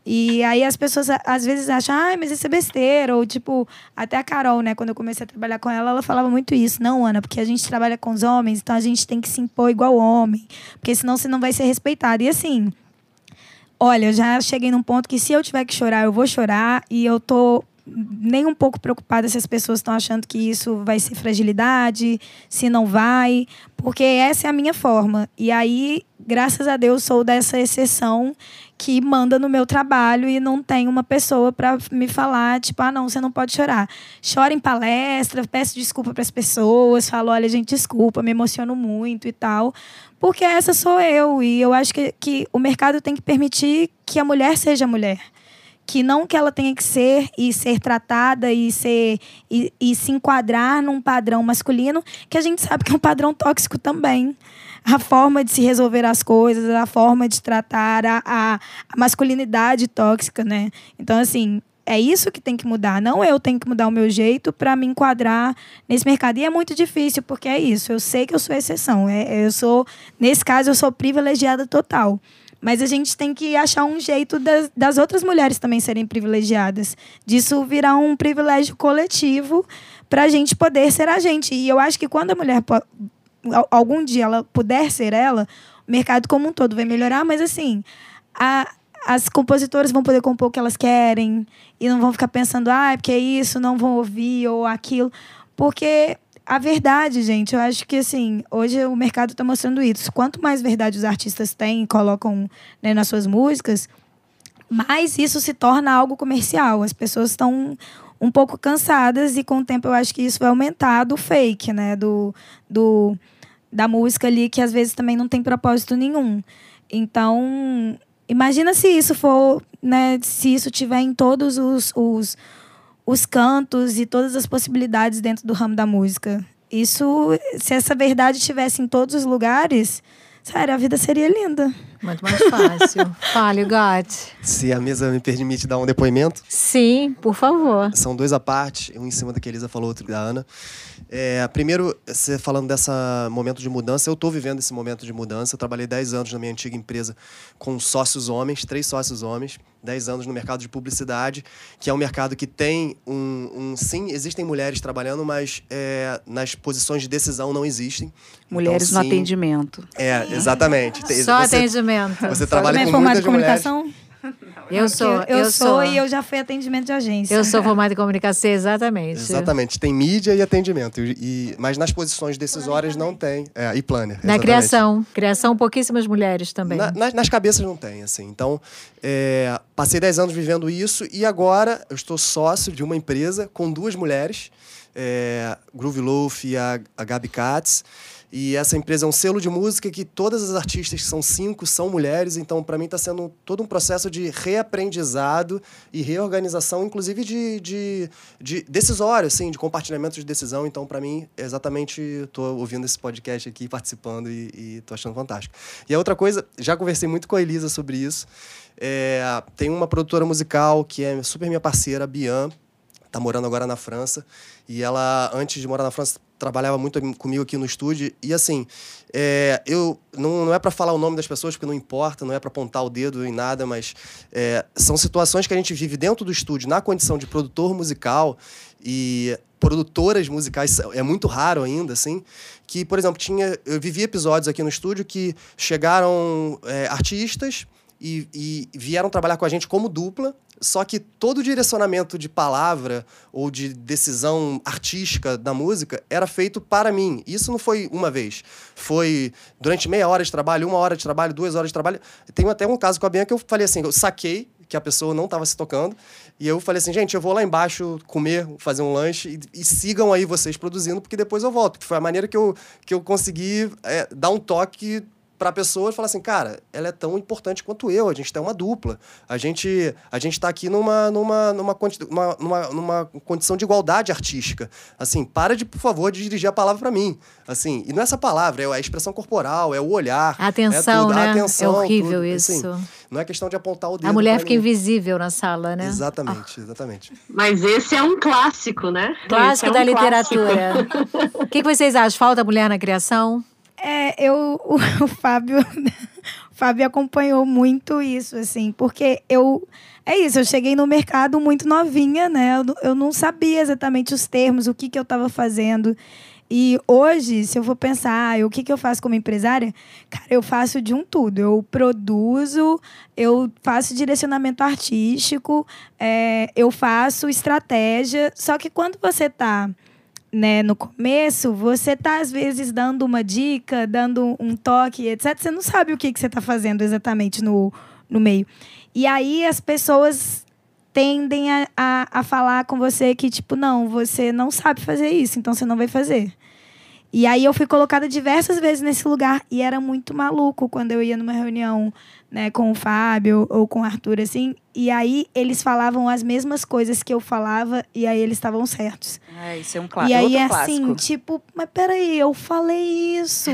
E aí as pessoas às vezes acham, ah, mas isso é besteira. Ou tipo, até a Carol, né, quando eu comecei a trabalhar com ela, ela falava muito isso. Não, Ana, porque a gente trabalha com os homens, então a gente tem que se impor igual homem, porque senão você não vai ser respeitado. E assim, olha, eu já cheguei num ponto que se eu tiver que chorar, eu vou chorar. E eu tô nem um pouco preocupada se as pessoas estão achando que isso vai ser fragilidade, se não vai, porque essa é a minha forma. E aí, graças a Deus, sou dessa exceção que manda no meu trabalho e não tem uma pessoa para me falar, tipo, ah, não, você não pode chorar. Choro em palestra, peço desculpa para as pessoas, falo, olha, gente, desculpa, me emociono muito e tal, porque essa sou eu. E eu acho que, que o mercado tem que permitir que a mulher seja mulher. Que não que ela tenha que ser e ser tratada e, ser, e, e se enquadrar num padrão masculino, que a gente sabe que é um padrão tóxico também. A forma de se resolver as coisas, a forma de tratar a, a, a masculinidade tóxica, né? Então, assim, é isso que tem que mudar. Não eu tenho que mudar o meu jeito para me enquadrar nesse mercado. E é muito difícil, porque é isso. Eu sei que eu sou exceção. É, eu sou, nesse caso, eu sou privilegiada total. Mas a gente tem que achar um jeito das, das outras mulheres também serem privilegiadas. Disso virar um privilégio coletivo para a gente poder ser a gente. E eu acho que quando a mulher, algum dia, ela puder ser ela, o mercado como um todo vai melhorar. Mas, assim, a, as compositoras vão poder compor o que elas querem e não vão ficar pensando, ah, é porque é isso, não vão ouvir, ou aquilo. Porque a verdade, gente, eu acho que, assim, hoje o mercado está mostrando isso. Quanto mais verdade os artistas têm e colocam, né, nas suas músicas, mais isso se torna algo comercial. As pessoas estão um pouco cansadas e, com o tempo, eu acho que isso vai aumentar do fake, né? Do, do, da música ali, que às vezes também não tem propósito nenhum. Então, imagina se isso for, né, se isso tiver em todos os... os os cantos e todas as possibilidades dentro do ramo da música. Isso, se essa verdade estivesse em todos os lugares, sério, a vida seria linda. Muito mais fácil. Fale, Gatti. Se a mesa me permite dar um depoimento. Sim, por favor. São dois à parte, um em cima da que a Elisa falou, outro da Ana. É, primeiro, você falando desse momento de mudança, eu estou vivendo esse momento de mudança. Eu trabalhei dez anos na minha antiga empresa com sócios homens, três sócios homens, dez anos no mercado de publicidade, que é um mercado que tem um... um sim, existem mulheres trabalhando, mas é, nas posições de decisão não existem. Mulheres então, no sim, atendimento. É, exatamente. Só você, atendimento. Você Só trabalha com formada muitas em comunicação? mulheres. Eu sou, eu, eu sou, sou e eu já fui atendimento de agência. Eu sou formada em comunicação, exatamente. Exatamente. Tem mídia e atendimento. E, e- mas nas posições decisórias não tem. É, e planner. Na exatamente. criação. Criação, pouquíssimas mulheres também. Na- nas, nas cabeças não tem, assim. Então, é, passei dez anos vivendo isso e agora eu estou sócio de uma empresa com duas mulheres, é, Groove Loaf e a, a Gabi Katz. E essa empresa é um selo de música que todas as artistas, que são cinco, são mulheres. Então, para mim, está sendo todo um processo de reaprendizado e reorganização, inclusive de, de, de decisório, assim, de compartilhamento de decisão. Então, para mim, exatamente, estou ouvindo esse podcast aqui, participando e estou achando fantástico. E a outra coisa, já conversei muito com a Elisa sobre isso. É, tem uma produtora musical que é super minha parceira, a Bian, está morando agora na França. E ela, antes de morar na França, trabalhava muito comigo aqui no estúdio. E, assim, é, eu não, não é para falar o nome das pessoas, porque não importa, não é para apontar o dedo em nada, mas é, são situações que a gente vive dentro do estúdio, na condição de produtor musical e produtoras musicais, é muito raro ainda, assim, que, por exemplo, tinha, eu vivi episódios aqui no estúdio que chegaram é, artistas e, e vieram trabalhar com a gente como dupla, só que todo o direcionamento de palavra ou de decisão artística da música era feito para mim. Isso não foi uma vez. Foi durante meia hora de trabalho, uma hora de trabalho, duas horas de trabalho. Tem até um caso com a Bianca que eu falei assim, eu saquei que a pessoa não estava se tocando, e eu falei assim, gente, eu vou lá embaixo comer, fazer um lanche, e, e sigam aí vocês produzindo, porque depois eu volto. Porque foi a maneira que eu, que eu consegui é, dar um toque para a pessoa e falar assim, cara, ela é tão importante quanto eu, a gente tem uma dupla, a gente a gente está aqui numa, numa, numa, numa, numa, numa condição de igualdade artística. Assim, para de, por favor, de dirigir a palavra para mim. Assim, e não é essa palavra, é a expressão corporal, é o olhar. A atenção, é tudo, né? A atenção, é horrível tudo. isso. Assim, não é questão de apontar o dedo. A mulher pra fica mim. invisível na sala, né? Exatamente, exatamente. Mas esse é um clássico, né? Clássico Esse é um da literatura. O que, que vocês acham? Falta mulher na criação? É, eu, o, o Fábio, o Fábio acompanhou muito isso, assim, porque eu, é isso, eu cheguei no mercado muito novinha, né, eu, eu não sabia exatamente os termos, o que que eu estava fazendo, e hoje, se eu for pensar, ah, o que que eu faço como empresária, cara, eu faço de um tudo, eu produzo, eu faço direcionamento artístico, é, eu faço estratégia, só que quando você está, né, no começo, você tá, às vezes, dando uma dica, dando um toque, etcétera. Você não sabe o que, que você está fazendo exatamente no, no meio. E aí as pessoas tendem a, a, a falar com você que, tipo, não, você não sabe fazer isso, então você não vai fazer. E aí eu fui colocada diversas vezes nesse lugar e era muito maluco quando eu ia numa reunião, né, com o Fábio ou com o Arthur, assim, e aí eles falavam as mesmas coisas que eu falava e aí eles estavam certos. É, isso é um clássico. E aí é outro assim, clássico. tipo, mas peraí, eu falei isso.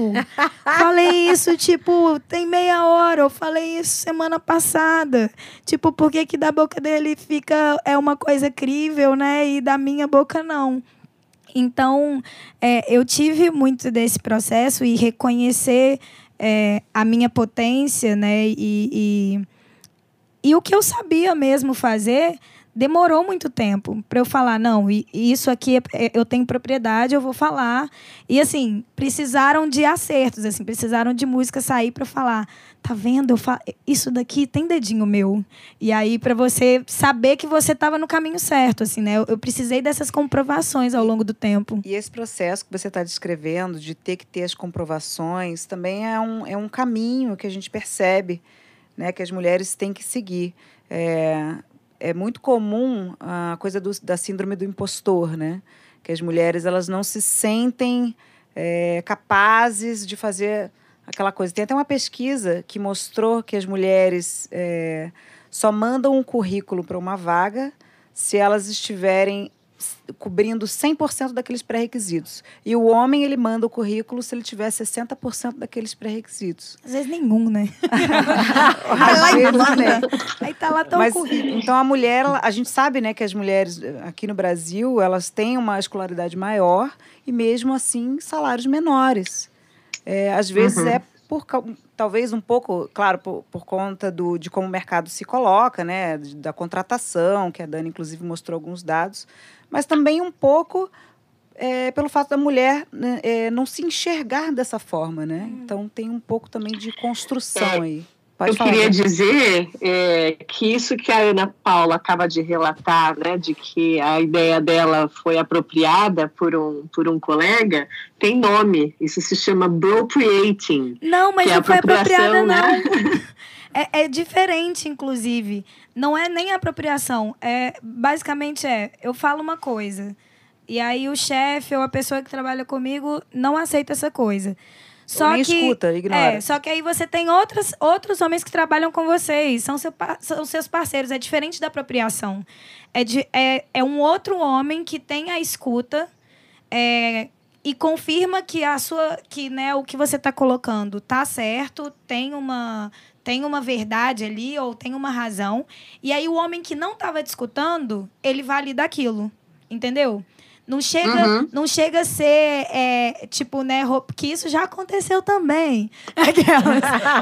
falei isso, tipo, tem meia hora, eu falei isso semana passada. Tipo, por que que da boca dele fica, é uma coisa crível, né, e da minha boca não? Então, é, eu tive muito desse processo e reconhecer é, a minha potência, né? E, e, e o que eu sabia mesmo fazer demorou muito tempo para eu falar, não, isso aqui é, eu tenho propriedade, eu vou falar. E, assim, precisaram de acertos, assim, precisaram de música sair para falar, tá vendo? Eu fa... Isso daqui tem dedinho meu. E aí, para você saber que você estava no caminho certo, assim, né? Eu, eu precisei dessas comprovações ao longo do tempo. E esse processo que você está descrevendo, de ter que ter as comprovações, também é um, é um caminho que a gente percebe, né, que as mulheres têm que seguir. É, é muito comum a coisa do, da síndrome do impostor, né? Que as mulheres elas não se sentem é, capazes de fazer aquela coisa. Tem até uma pesquisa que mostrou que as mulheres é, só mandam um currículo para uma vaga se elas estiverem cobrindo cem por cento daqueles pré-requisitos. E o homem, ele manda o currículo se ele tiver sessenta por cento daqueles pré-requisitos. Às vezes nenhum, né? Às vezes, né? Aí tá lá tão Mas, currículo. então, a mulher, ela- a gente sabe, né, que as mulheres aqui no Brasil, elas têm uma escolaridade maior e, mesmo assim, salários menores. É, às vezes Uhum. é por cau- talvez um pouco, claro, por, por conta do, de como o mercado se coloca, né, da contratação, que a Dani, inclusive, mostrou alguns dados, mas também um pouco é, pelo fato da mulher, né, é, não se enxergar dessa forma, né? Então, tem um pouco também de construção É. aí. Pode eu falar. queria dizer é, que isso que a Ana Paula acaba de relatar, né, de que a ideia dela foi apropriada por um, por um colega, tem nome. Isso se chama bropriating. Não, mas que é não foi apropriada, apropriação, não. né? É, é diferente, inclusive. Não é nem apropriação. É, basicamente é, eu falo uma coisa, e aí o chefe ou a pessoa que trabalha comigo não aceita essa coisa. Só nem que, escuta, ignora. É, só que aí você tem outros, outros homens que trabalham com vocês, são, seu, são seus parceiros. É diferente da apropriação. É, de, é, é um outro homem que tem a escuta é, e confirma que, a sua, que né, o que você está colocando está certo, tem uma, tem uma verdade ali ou tem uma razão. E aí o homem que não estava te escutando, ele valida aquilo. Entendeu? Não chega, Uhum. não chega a ser, é, tipo, né, que isso já aconteceu também. Aquelas.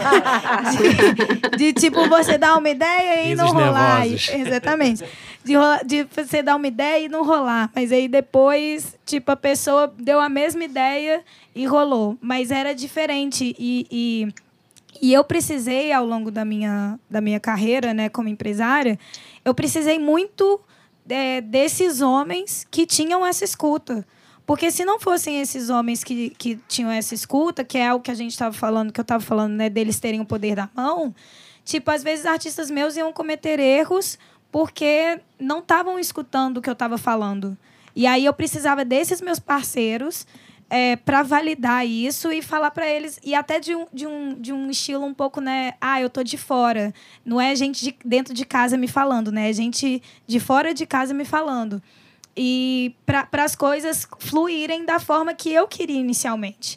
De, de, tipo, você dar uma ideia e Risos não rolar. nervosos. Exatamente. De, rola, de você dar uma ideia e não rolar. Mas aí depois, tipo, a pessoa deu a mesma ideia e rolou. Mas era diferente. E, e, e eu precisei, ao longo da minha, da minha carreira, né, como empresária, eu precisei muito... É, desses homens que tinham essa escuta. Porque se não fossem esses homens que, que tinham essa escuta, que é o que a gente estava falando, que eu estava falando, né, deles terem o poder da mão, tipo, às vezes artistas meus iam cometer erros porque não estavam escutando o que eu estava falando. E aí eu precisava desses meus parceiros é, para validar isso e falar para eles, e até de um, de, um, de um estilo um pouco, né? Ah, eu tô de fora. Não é gente de, dentro de casa me falando, né? É gente de fora de casa me falando. E para as coisas fluírem da forma que eu queria inicialmente.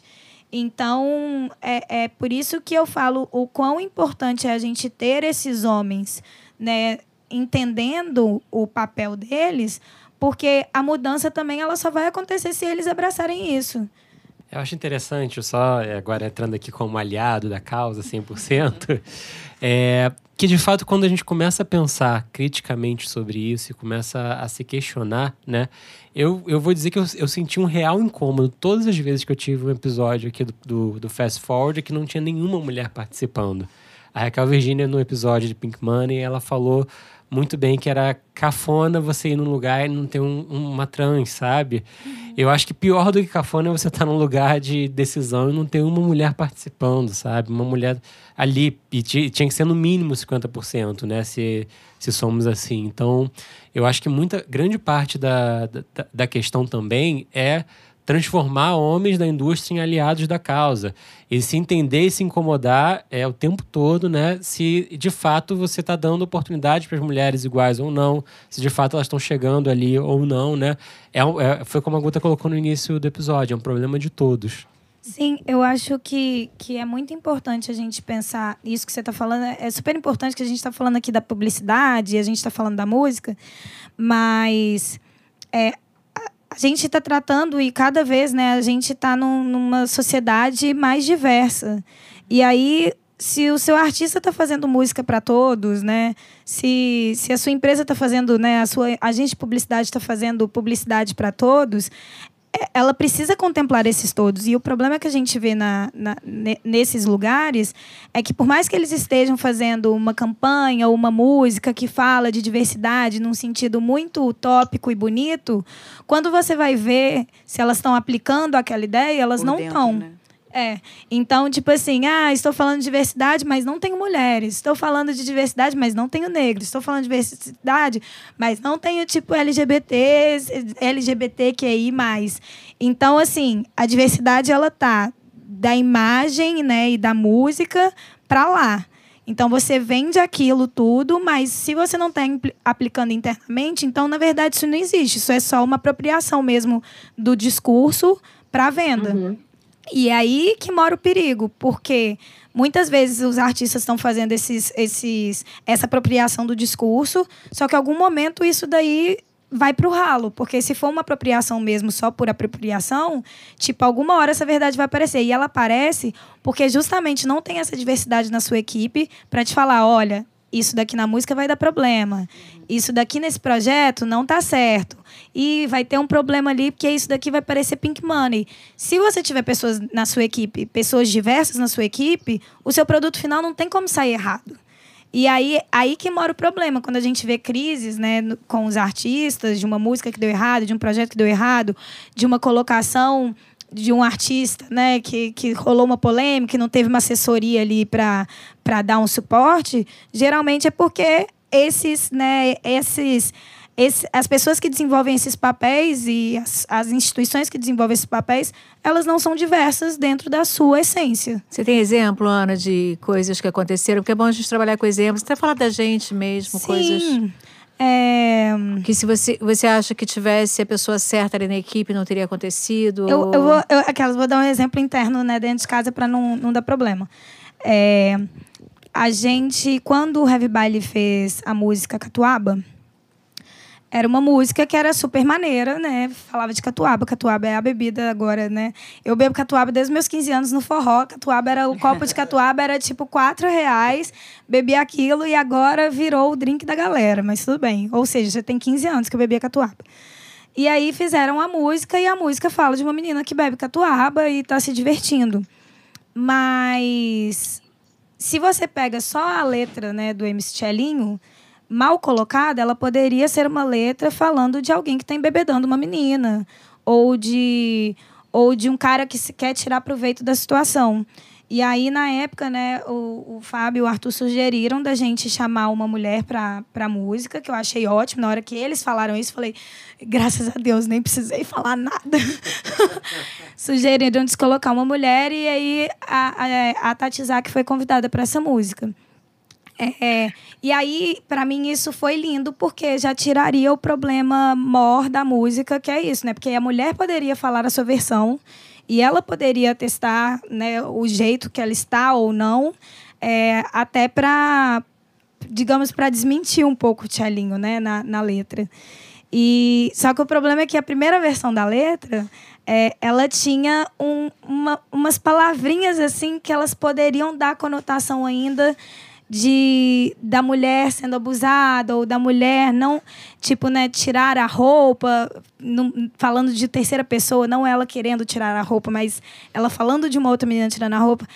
Então, é, é por isso que eu falo o quão importante é a gente ter esses homens, né, entendendo o papel deles, porque a mudança também ela só vai acontecer se eles abraçarem isso. Eu acho interessante, só agora entrando aqui como aliado da causa cem por cento, é, que de fato quando a gente começa a pensar criticamente sobre isso e começa a se questionar, né, eu, eu vou dizer que eu, eu senti um real incômodo todas as vezes que eu tive um episódio aqui do, do, do Fast Forward que não tinha nenhuma mulher participando. A Raquel Virginia, no episódio de Pink Money, ela falou muito bem que era cafona você ir num lugar e não ter um, uma trans, sabe? Uhum. Eu acho que pior do que cafona é você estar num lugar de decisão e não ter uma mulher participando, sabe? Uma mulher ali, e t- tinha que ser no mínimo cinquenta por cento, né? Se, se somos assim. Então, eu acho que muita, grande parte da, da, da questão também é transformar homens da indústria em aliados da causa. E se entender e se incomodar é, o tempo todo, né? Se de fato você está dando oportunidade para as mulheres iguais ou não, se de fato elas estão chegando ali ou não, né? É, é, foi como a Guta colocou no início do episódio, é um problema de todos. Sim, eu acho que, que é muito importante a gente pensar isso que você está falando. É super importante que a gente está falando aqui da publicidade, a gente está falando da música, mas... É, a gente está tratando e cada vez, né, a gente está num, numa sociedade mais diversa. E aí, se o seu artista está fazendo música para todos, né, se, se a sua empresa está fazendo, né, a sua agente de publicidade está fazendo publicidade para todos, ela precisa contemplar esses todos. E o problema que a gente vê na, na, nesses lugares é que, por mais que eles estejam fazendo uma campanha ou uma música que fala de diversidade num sentido muito utópico e bonito, quando você vai ver se elas estão aplicando aquela ideia, elas Por não dentro, estão. né? É. Então, tipo assim, ah, estou falando de diversidade, mas não tenho mulheres. Estou falando de diversidade, mas não tenho negros. Estou falando de diversidade, mas não tenho, tipo, L G B T, L G B T Q I mais. Então, assim, a diversidade, ela tá da imagem, né, e da música para lá. Então, você vende aquilo tudo, mas se você não está aplicando internamente, então, na verdade, isso não existe. Isso é só uma apropriação mesmo do discurso para venda. Uhum. E aí que mora o perigo, porque muitas vezes os artistas estão fazendo esses, esses, essa apropriação do discurso, só que em algum momento isso daí vai para o ralo, porque se for uma apropriação mesmo só por apropriação, tipo, alguma hora essa verdade vai aparecer. E ela aparece porque justamente não tem essa diversidade na sua equipe para te falar, olha, isso daqui na música vai dar problema. Isso daqui nesse projeto não tá certo. E vai ter um problema ali, porque isso daqui vai parecer Pink Money. Se você tiver pessoas na sua equipe, pessoas diversas na sua equipe, o seu produto final não tem como sair errado. E aí, aí que mora o problema, quando a gente vê crises, né, no, com os artistas, de uma música que deu errado, de um projeto que deu errado, de uma colocação de um artista, né, que, que rolou uma polêmica, que não teve uma assessoria ali para para dar um suporte, geralmente é porque esses, né, esses, esse, as pessoas que desenvolvem esses papéis e as, as instituições que desenvolvem esses papéis, elas não são diversas dentro da sua essência. Você tem exemplo, Ana, de coisas que aconteceram? Porque é bom a gente trabalhar com exemplos, até falar da gente mesmo, Sim. coisas... É... Que se você, você acha que tivesse a pessoa certa ali na equipe, não teria acontecido? Eu, eu, vou, eu aquelas, vou dar um exemplo interno, né, dentro de casa para não, não dar problema. É, a gente, quando o Heavy Baile fez a música Catuaba, era uma música que era super maneira, né? Falava de catuaba. Catuaba é a bebida agora, né? Eu bebo catuaba desde os meus quinze anos no forró. Catuaba era, o copo de catuaba era tipo quatro reais. Bebi aquilo e agora virou o drink da galera. Mas tudo bem. Ou seja, já tem quinze anos que eu bebia catuaba. E aí fizeram a música e a música fala de uma menina que bebe catuaba e tá se divertindo. Mas se você pega só a letra, né, do M C Chelinho, mal colocada, ela poderia ser uma letra falando de alguém que está embebedando uma menina ou de, ou de um cara que se quer tirar proveito da situação. E aí, na época, né, o, o Fábio e o Arthur sugeriram da gente chamar uma mulher para a música, que eu achei ótimo. Na hora que eles falaram isso, falei, graças a Deus, nem precisei falar nada. Sugeriram de colocar uma mulher e aí a, a, a Tati Zak foi convidada para essa música. É, e aí, para mim, isso foi lindo, porque já tiraria o problema maior da música, que é isso, né? Porque a mulher poderia falar a sua versão e ela poderia testar, né, o jeito que ela está ou não, é, até para, digamos, para desmentir um pouco o Tchelinho, né, na, na letra. E, só que o problema é que a primeira versão da letra, é, ela tinha um, uma, umas palavrinhas assim que elas poderiam dar conotação ainda de da mulher sendo abusada ou da mulher não, tipo, né, tirar a roupa, não, falando de terceira pessoa, não ela querendo tirar a roupa, mas ela falando de uma outra menina tirando a roupa.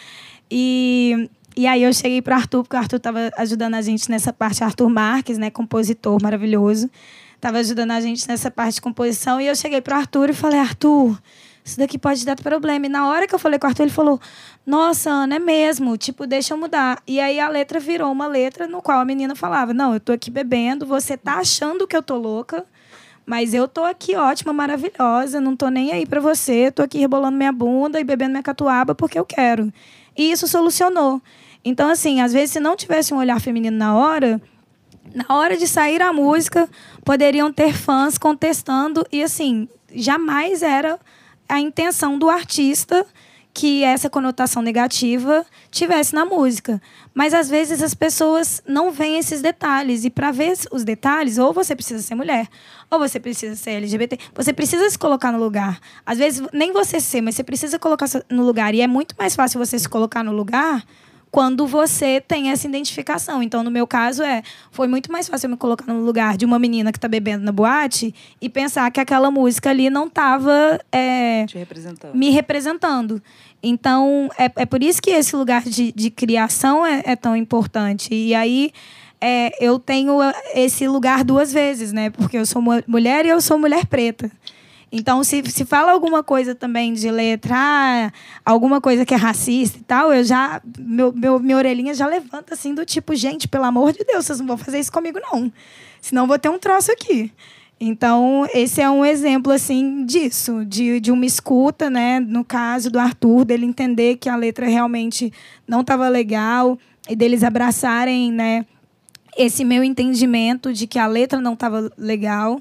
E, e aí eu cheguei para o Arthur, porque o Arthur estava ajudando a gente nessa parte, Arthur Marques, né, compositor maravilhoso, estava ajudando a gente nessa parte de composição, e eu cheguei para o Arthur e falei, Arthur, isso daqui pode dar problema. E na hora que eu falei com o Arthur, ele falou, nossa, Ana, é mesmo, tipo, deixa eu mudar. E aí a letra virou uma letra no qual a menina falava, não, eu tô aqui bebendo, você tá achando que eu tô louca, mas eu tô aqui ótima, maravilhosa, não tô nem aí pra você, tô aqui rebolando minha bunda e bebendo minha catuaba porque eu quero. E isso solucionou. Então, assim, às vezes, se não tivesse um olhar feminino na hora, na hora de sair a música, poderiam ter fãs contestando e, assim, jamais era a intenção do artista que essa conotação negativa tivesse na música. Mas, às vezes, as pessoas não veem esses detalhes. E, para ver os detalhes, ou você precisa ser mulher, ou você precisa ser L G B T. Você precisa se colocar no lugar. Às vezes, nem você ser, mas você precisa colocar no lugar. E é muito mais fácil você se colocar no lugar quando você tem essa identificação. Então, no meu caso, é, foi muito mais fácil eu me colocar no lugar de uma menina que está bebendo na boate e pensar que aquela música ali não estava é, me representando. Então, é, é por isso que esse lugar de, de criação é, é tão importante. E aí, é, eu tenho esse lugar duas vezes, né? Porque eu sou mulher e eu sou mulher preta. Então, se, se fala alguma coisa também de letra, ah, alguma coisa que é racista e tal, eu já, meu, meu, minha orelhinha já levanta assim do tipo, gente, pelo amor de Deus, vocês não vão fazer isso comigo, não. Senão eu vou ter um troço aqui. Então, esse é um exemplo, assim, disso, de, de uma escuta, né? No caso do Arthur, dele entender que a letra realmente não estava legal e deles abraçarem, né, esse meu entendimento de que a letra não estava legal.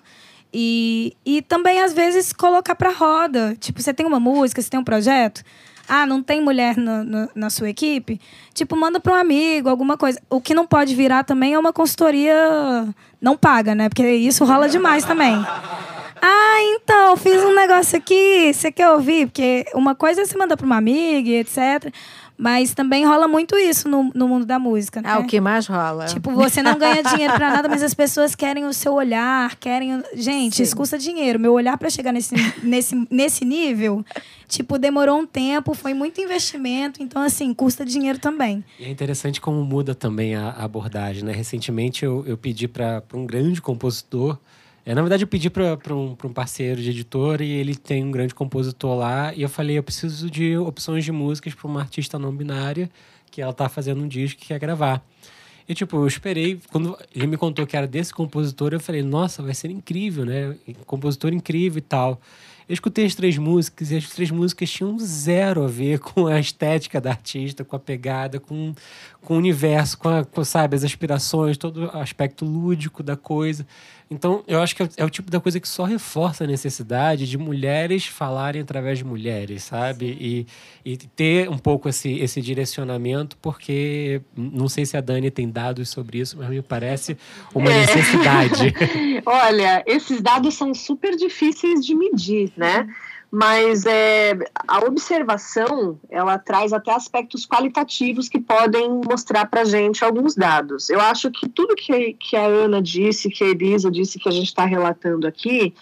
E, e também, às vezes, colocar para roda. Tipo, você tem uma música, você tem um projeto. Ah, não tem mulher no, no, na sua equipe? Tipo, manda para um amigo, alguma coisa. O que não pode virar também é uma consultoria não paga, né? Porque isso rola demais também. Ah, então, fiz um negócio aqui, você quer ouvir? Porque uma coisa é você mandar para uma amiga, etcétera. Mas também rola muito isso no, no mundo da música, né? Ah, o que mais rola? Tipo, você não ganha dinheiro pra nada, mas as pessoas querem o seu olhar, querem... Gente, Sim. isso custa dinheiro. Meu olhar pra chegar nesse, nesse, nesse nível, tipo, demorou um tempo, foi muito investimento, então, assim, custa dinheiro também. E é interessante como muda também a, a abordagem, né? Recentemente eu, eu pedi para um grande compositor, é, na verdade eu pedi para um, um parceiro de editora e ele tem um grande compositor lá e eu falei, eu preciso de opções de músicas para uma artista não binária que ela tá fazendo um disco que quer gravar. E, tipo, eu esperei, quando ele me contou que era desse compositor, eu falei, nossa, vai ser incrível, né? Compositor incrível e tal. Eu escutei as três músicas e as três músicas tinham zero a ver com a estética da artista, com a pegada, com, com o universo, com, a, com, sabe, as aspirações, todo o aspecto lúdico da coisa. Então, eu acho que é, é o tipo da coisa que só reforça a necessidade de mulheres falarem através de mulheres, sabe? E, e ter um pouco esse, esse direcionamento, porque não sei se a Dani tem dados sobre isso, mas me parece uma é. necessidade. Olha, esses dados são super difíceis de medir, né? Mas é, a observação, ela traz até aspectos qualitativos que podem mostrar para a gente alguns dados. Eu acho que tudo que, que a Ana disse, que a Elisa disse, que a gente está relatando aqui,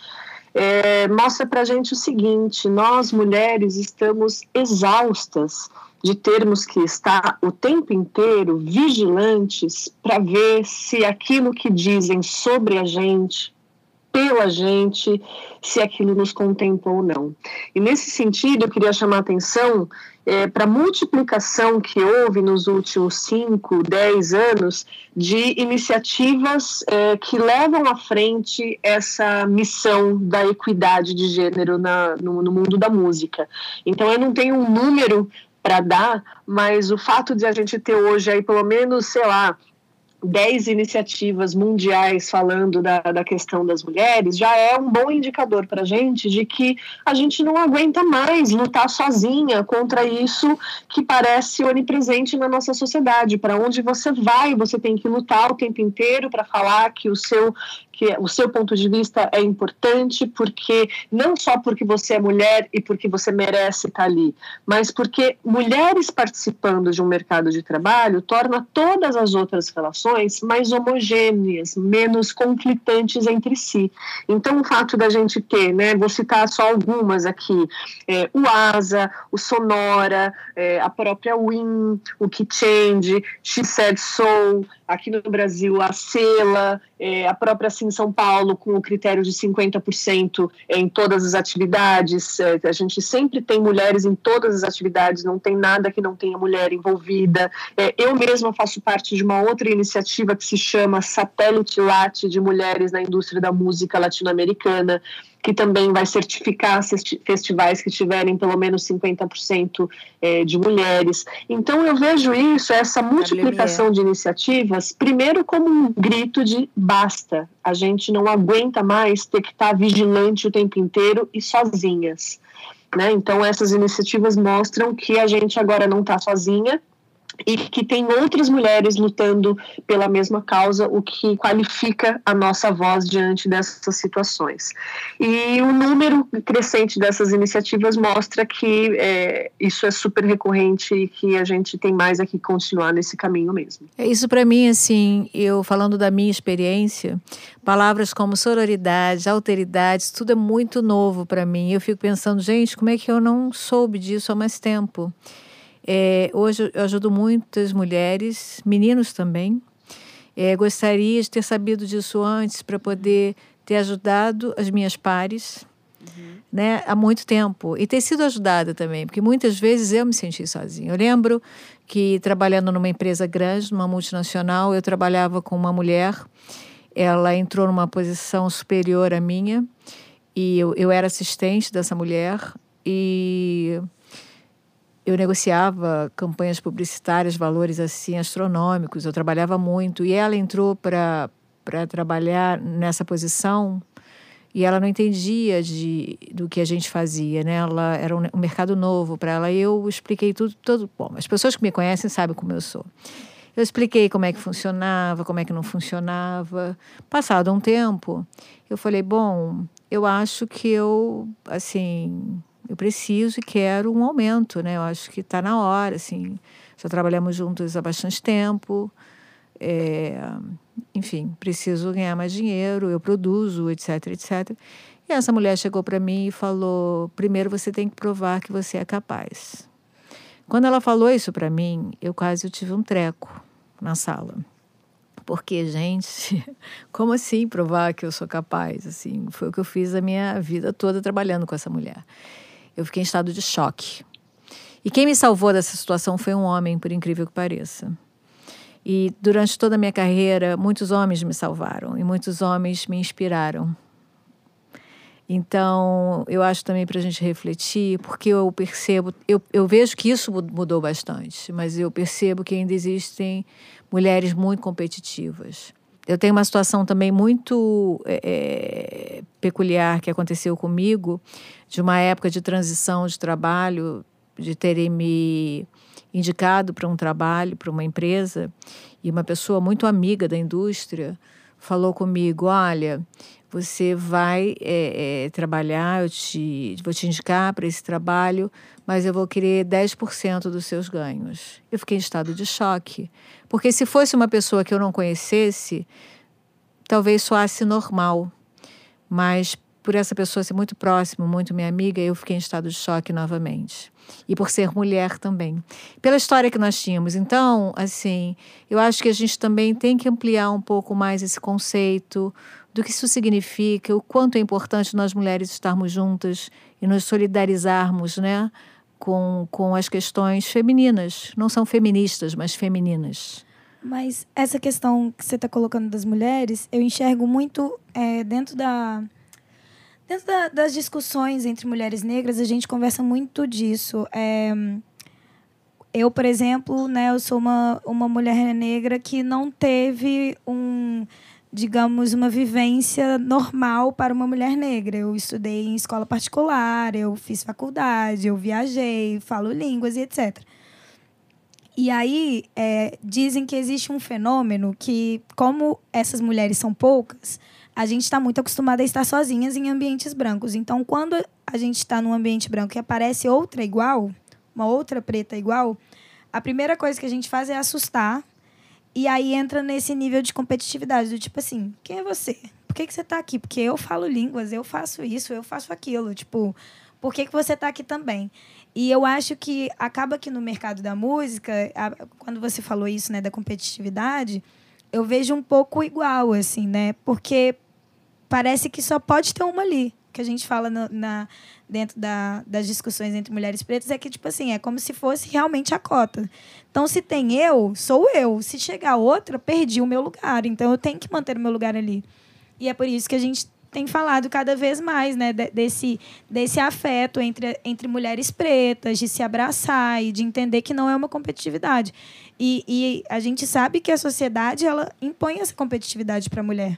é, mostra para a gente o seguinte: nós, mulheres, estamos exaustas de termos que estar o tempo inteiro vigilantes para ver se aquilo que dizem sobre a gente, pela gente, se aquilo nos contempla ou não. E nesse sentido, eu queria chamar a atenção é, para a multiplicação que houve nos últimos cinco, dez anos de iniciativas é, que levam à frente essa missão da equidade de gênero na, no, no mundo da música. Então, eu não tenho um número para dar, mas o fato de a gente ter hoje aí pelo menos, sei lá, dez iniciativas mundiais falando da, da questão das mulheres, já é um bom indicador para a gente de que a gente não aguenta mais lutar sozinha contra isso que parece onipresente na nossa sociedade. Para onde você vai, você tem que lutar o tempo inteiro para falar que o seu que o seu ponto de vista é importante, porque não só porque você é mulher e porque você merece estar ali, mas porque mulheres participando de um mercado de trabalho torna todas as outras relações mais homogêneas, menos conflitantes entre si. Então, o fato da gente ter, né, vou citar só algumas aqui, é, o ASA, o Sonora, é, a própria Win, o Key Change, She Said Soul, aqui no Brasil a Sela, é, a própria assim, São Paulo com o critério de cinquenta por cento em todas as atividades, é, a gente sempre tem mulheres em todas as atividades, não tem nada que não tenha mulher envolvida. É, eu mesma faço parte de uma outra iniciativa que se chama Satélite Late de Mulheres na Indústria da Música Latino-Americana, que também vai certificar festivais que tiverem pelo menos cinquenta por cento de mulheres. Então, eu vejo isso, essa multiplicação de iniciativas, primeiro como um grito de basta, a gente não aguenta mais ter que estar vigilante o tempo inteiro e sozinhas, né? Então, essas iniciativas mostram que a gente agora não está sozinha, e que tem outras mulheres lutando pela mesma causa, o que qualifica a nossa voz diante dessas situações. E o número crescente dessas iniciativas mostra que é, isso é super recorrente e que a gente tem mais aqui que continuar nesse caminho mesmo. É isso para mim, assim, eu falando da minha experiência, palavras como sororidade, alteridade, tudo é muito novo para mim. Eu fico pensando, gente, como é que eu não soube disso há mais tempo? É, hoje eu ajudo muitas mulheres, meninos também. É, gostaria de ter sabido disso antes para poder ter ajudado as minhas pares, uhum. né, há muito tempo. E ter sido ajudada também, porque muitas vezes eu me senti sozinha. Eu lembro que trabalhando numa empresa grande, numa multinacional, eu trabalhava com uma mulher, ela entrou numa posição superior à minha, e eu, eu era assistente dessa mulher, e eu negociava campanhas publicitárias, valores assim astronômicos, eu trabalhava muito, e ela entrou para para trabalhar nessa posição e ela não entendia de, do que a gente fazia, né? Ela era um, um mercado novo para ela, e eu expliquei tudo, todo, bom, as pessoas que me conhecem sabem como eu sou. Eu expliquei como é que funcionava, como é que não funcionava. Passado um tempo, eu falei, bom, eu acho que eu, assim, eu preciso e quero um aumento, né? Eu acho que está na hora, assim. Já trabalhamos juntos há bastante tempo. É, enfim, preciso ganhar mais dinheiro, eu produzo, etc, etcétera. E essa mulher chegou para mim e falou, primeiro você tem que provar que você é capaz. Quando ela falou isso para mim, eu quase tive um treco na sala. Porque, gente, como assim provar que eu sou capaz? Assim, foi o que eu fiz a minha vida toda trabalhando com essa mulher. Eu fiquei em estado de choque. E quem me salvou dessa situação foi um homem, por incrível que pareça. E durante toda a minha carreira, muitos homens me salvaram e muitos homens me inspiraram. Então, eu acho também para a gente refletir, porque eu percebo, eu, eu vejo que isso mudou bastante, mas eu percebo que ainda existem mulheres muito competitivas. Eu tenho uma situação também muito é, peculiar que aconteceu comigo, de uma época de transição de trabalho, de terem me indicado para um trabalho, para uma empresa, e uma pessoa muito amiga da indústria falou comigo, olha, você vai é, é, trabalhar, eu te, vou te indicar para esse trabalho, mas eu vou querer dez por cento dos seus ganhos. Eu fiquei em estado de choque, porque se fosse uma pessoa que eu não conhecesse, talvez soasse normal, mas por essa pessoa ser muito próxima, muito minha amiga, eu fiquei em estado de choque novamente. E por ser mulher também. Pela história que nós tínhamos. Então, assim, eu acho que a gente também tem que ampliar um pouco mais esse conceito do que isso significa, o quanto é importante nós mulheres estarmos juntas e nos solidarizarmos, né, com, com as questões femininas. Não são feministas, mas femininas. Mas essa questão que você está colocando das mulheres, eu enxergo muito é, dentro da... Dentro da, das discussões entre mulheres negras, a gente conversa muito disso. É, eu, por exemplo, né, eu sou uma, uma mulher negra que não teve um, digamos, uma vivência normal para uma mulher negra. Eu estudei em escola particular, eu fiz faculdade, eu viajei, falo línguas e etcétera. E aí, é, dizem que existe um fenômeno que, como essas mulheres são poucas, a gente está muito acostumada a estar sozinhas em ambientes brancos. Então, quando a gente está num ambiente branco e aparece outra igual, uma outra preta igual, a primeira coisa que a gente faz é assustar. E aí entra nesse nível de competitividade, do tipo assim, quem é você? Por que, que você está aqui? Porque eu falo línguas, eu faço isso, eu faço aquilo. Tipo, por que, que você está aqui também? E eu acho que acaba que no mercado da música, a, quando você falou isso, né, da competitividade, eu vejo um pouco igual, assim, né? Porque parece que só pode ter uma ali. O que a gente fala no, na, dentro da, das discussões entre mulheres pretas é que, tipo assim, é como se fosse realmente a cota. Então, se tem eu, sou eu. Se chegar outra, perdi o meu lugar. Então, eu tenho que manter o meu lugar ali. E é por isso que a gente tem falado cada vez mais, né, desse, desse afeto entre, entre mulheres pretas, de se abraçar e de entender que não é uma competitividade. E, e a gente sabe que a sociedade ela impõe essa competitividade para a mulher.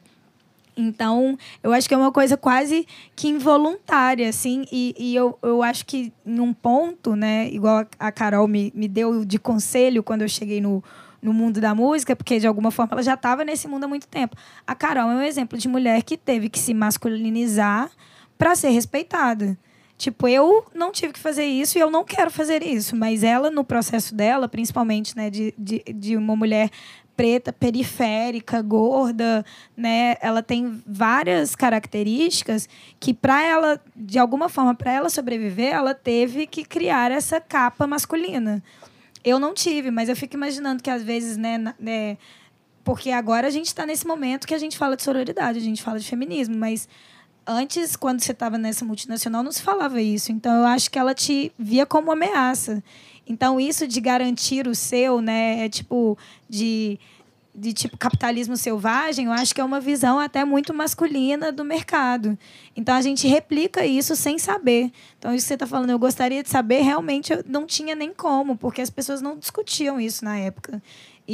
Então, eu acho que é uma coisa quase que involuntária, assim, e, e eu, eu acho que num ponto, né, igual a Carol me, me deu de conselho quando eu cheguei no, no mundo da música, porque de alguma forma ela já estava nesse mundo há muito tempo. A Carol é um exemplo de mulher que teve que se masculinizar para ser respeitada. Tipo, eu não tive que fazer isso e eu não quero fazer isso, mas ela, no processo dela, principalmente, né, de, de, de uma mulher preta, periférica, gorda, né? Ela tem várias características que, para ela, de alguma forma, para ela sobreviver, ela teve que criar essa capa masculina. Eu não tive, mas eu fico imaginando que, às vezes, né, né porque agora a gente está nesse momento que a gente fala de sororidade, a gente fala de feminismo, mas antes, quando você estava nessa multinacional, não se falava isso. Então, eu acho que ela te via como ameaça. Então, isso de garantir o seu, né, é tipo de, de tipo capitalismo selvagem, eu acho que é uma visão até muito masculina do mercado. Então, a gente replica isso sem saber. Então, isso que você está falando, eu gostaria de saber, realmente eu não tinha nem como, porque as pessoas não discutiam isso na época.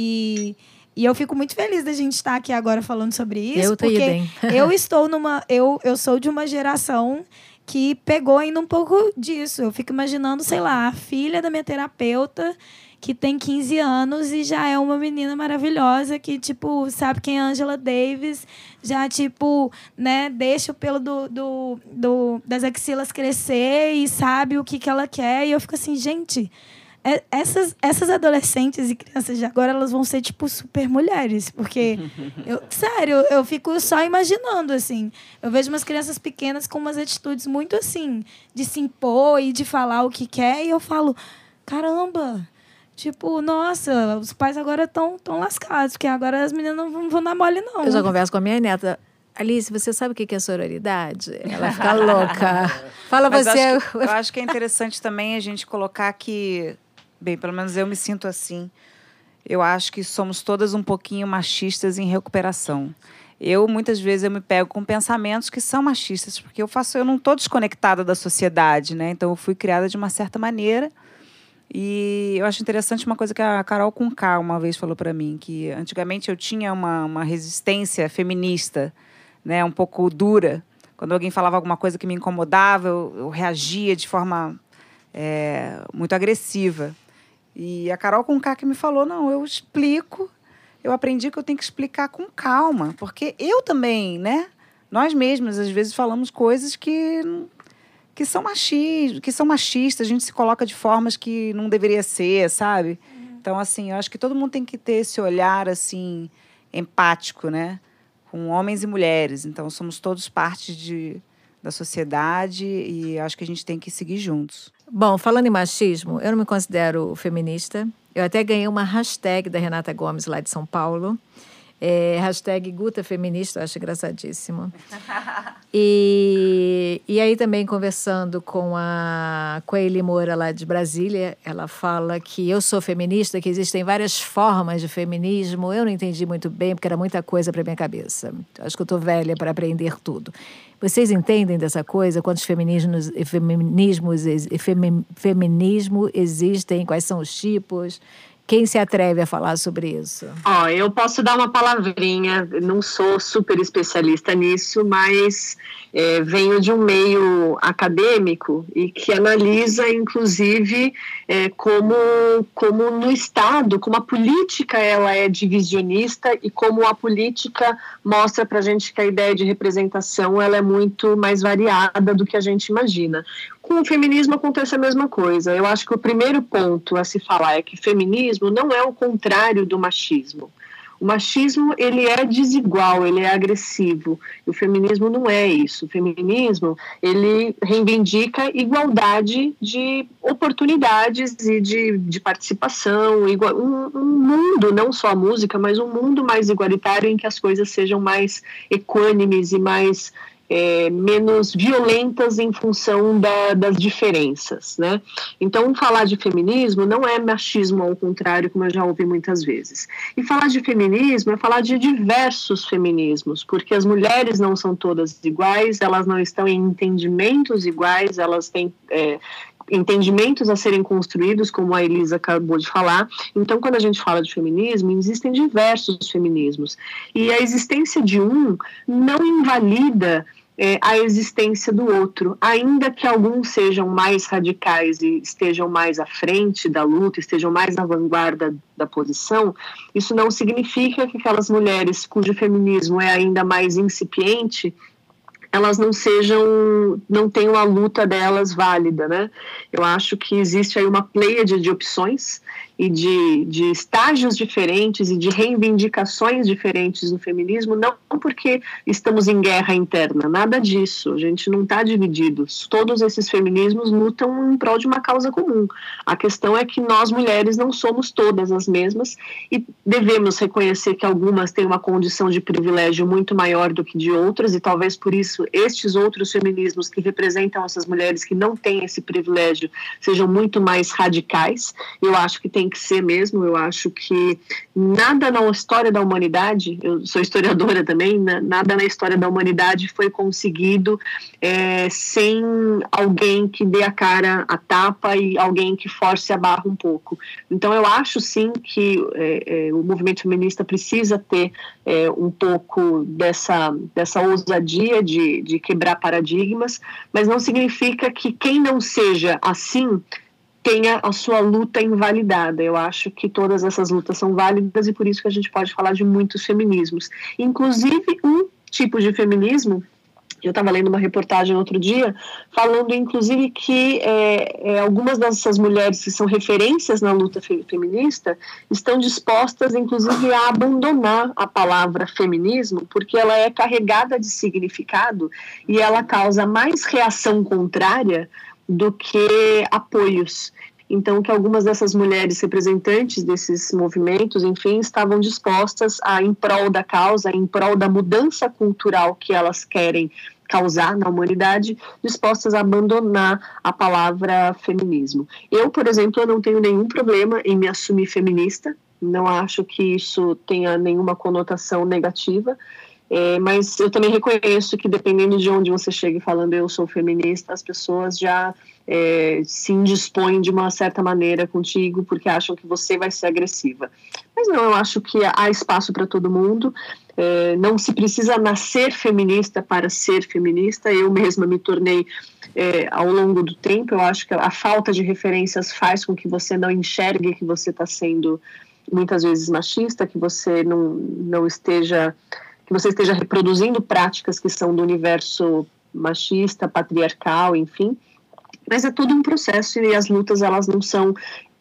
E, e eu fico muito feliz da gente estar aqui agora falando sobre isso, eu porque bem. eu estou numa... Eu, eu sou de uma geração que pegou ainda um pouco disso. Eu fico imaginando, sei lá, a filha da minha terapeuta que tem quinze anos e já é uma menina maravilhosa que, tipo, sabe quem é Angela Davis, já, tipo, né, deixa o pelo do, do, do, das axilas crescer e sabe o que, que ela quer. E eu fico assim, gente... Essas, essas adolescentes e crianças de agora, elas vão ser, tipo, super mulheres. Porque, eu, sério, eu fico só imaginando, assim. Eu vejo umas crianças pequenas com umas atitudes muito, assim, de se impor e de falar o que quer. E eu falo, caramba, tipo, nossa, os pais agora estão tão lascados. Porque agora as meninas não vão, vão dar mole, não. Eu já converso com a minha neta. Alice, você sabe o que é sororidade? Ela fica louca. Fala Mas você. Acho que, eu acho que é interessante também a gente colocar que... Bem, pelo menos eu me sinto assim. Eu acho que somos todas um pouquinho machistas em recuperação. Eu, muitas vezes, eu me pego com pensamentos que são machistas, porque eu faço, eu não estou desconectada da sociedade, né? Então, eu fui criada de uma certa maneira. E eu acho interessante uma coisa que a Carol Conká uma vez falou para mim, que antigamente eu tinha uma, uma resistência feminista, né? Um pouco dura. Quando alguém falava alguma coisa que me incomodava, eu, eu reagia de forma é, muito agressiva. E a Carol Conká que me falou, não, eu explico, eu aprendi que eu tenho que explicar com calma, porque eu também, né? Nós mesmos, às vezes, falamos coisas que, que, são, machistas, que são machistas, a gente se coloca de formas que não deveria ser, sabe? Uhum. Então, assim, eu acho que todo mundo tem que ter esse olhar, assim, empático, né? Com homens e mulheres. Então, somos todos parte de, da sociedade e acho que a gente tem que seguir juntos. Bom, falando em machismo, eu não me considero feminista. Eu até ganhei uma hashtag da Renata Gomes, lá de São Paulo. É, hashtag Guta Feminista, eu acho engraçadíssimo. E, e aí também conversando com a, com a Eli Moura, lá de Brasília, ela fala que eu sou feminista, que existem várias formas de feminismo. Eu não entendi muito bem, porque era muita coisa para minha cabeça. Acho que eu estou velha para aprender tudo. Vocês entendem dessa coisa? Quantos feminismos, feminismos, femi, feminismo existem? Quais são os tipos? Quem se atreve a falar sobre isso? Ó, oh, eu posso dar uma palavrinha, não sou super especialista nisso, mas é, venho de um meio acadêmico e que analisa, inclusive, é, como, como no Estado, como a política ela é divisionista e como a política mostra para a gente que a ideia de representação ela é muito mais variada do que a gente imagina. Com o feminismo acontece a mesma coisa. Eu acho que o primeiro ponto a se falar é que feminismo não é o contrário do machismo. O machismo, ele é desigual, ele é agressivo. E o feminismo não é isso. O feminismo, ele reivindica igualdade de oportunidades e de, de participação. Igual, um, um mundo, não só a música, mas um mundo mais igualitário em que as coisas sejam mais equânimes e mais... É, menos violentas em função da, das diferenças, né? Então, falar de feminismo não é machismo ao contrário, como eu já ouvi muitas vezes. E falar de feminismo é falar de diversos feminismos, porque as mulheres não são todas iguais, elas não estão em entendimentos iguais, elas têm... É, entendimentos a serem construídos, como a Elisa acabou de falar. Então, quando a gente fala de feminismo, existem diversos feminismos. E a existência de um não invalida é, a existência do outro, ainda que alguns sejam mais radicais e estejam mais à frente da luta, estejam mais na vanguarda da posição, isso não significa que aquelas mulheres cujo feminismo é ainda mais incipiente, elas não sejam, não tenham a luta delas válida, né? Eu acho que existe aí uma pleiade de opções e de, de estágios diferentes e de reivindicações diferentes no feminismo, não porque estamos em guerra interna, nada disso, a gente não está dividido, todos esses feminismos lutam em prol de uma causa comum. A questão é que nós mulheres não somos todas as mesmas e devemos reconhecer que algumas têm uma condição de privilégio muito maior do que de outras e talvez por isso estes outros feminismos que representam essas mulheres que não têm esse privilégio sejam muito mais radicais. Eu acho que tem que ser mesmo, eu acho que nada na história da humanidade, eu sou historiadora também, nada na história da humanidade foi conseguido é, sem alguém que dê a cara a tapa e alguém que force a barra um pouco. Então eu acho sim que é, é, o movimento feminista precisa ter é, um pouco dessa, dessa ousadia de de quebrar paradigmas, mas não significa que quem não seja assim tenha a sua luta invalidada. Eu acho que todas essas lutas são válidas e por isso que a gente pode falar de muitos feminismos. Inclusive, um tipo de feminismo, eu estava lendo uma reportagem outro dia, falando inclusive que é, é, algumas dessas mulheres que são referências na luta fe- feminista estão dispostas, inclusive, a abandonar a palavra feminismo, porque ela é carregada de significado e ela causa mais reação contrária do que apoios. Então, que algumas dessas mulheres representantes desses movimentos, enfim, estavam dispostas a, em prol da causa, em prol da mudança cultural que elas querem causar na humanidade, dispostas a abandonar a palavra feminismo. Eu, por exemplo, eu não tenho nenhum problema em me assumir feminista, não acho que isso tenha nenhuma conotação negativa, é, mas eu também reconheço que dependendo de onde você chega falando eu sou feminista, as pessoas já é, se indispõem de uma certa maneira contigo porque acham que você vai ser agressiva. Mas não, eu acho que há espaço para todo mundo, é, não se precisa nascer feminista para ser feminista. Eu mesma me tornei é, ao longo do tempo, eu acho que a falta de referências faz com que você não enxergue que você está sendo muitas vezes machista, que você não, não esteja... que você esteja reproduzindo práticas que são do universo machista, patriarcal, enfim. Mas é todo um processo e as lutas, elas não são...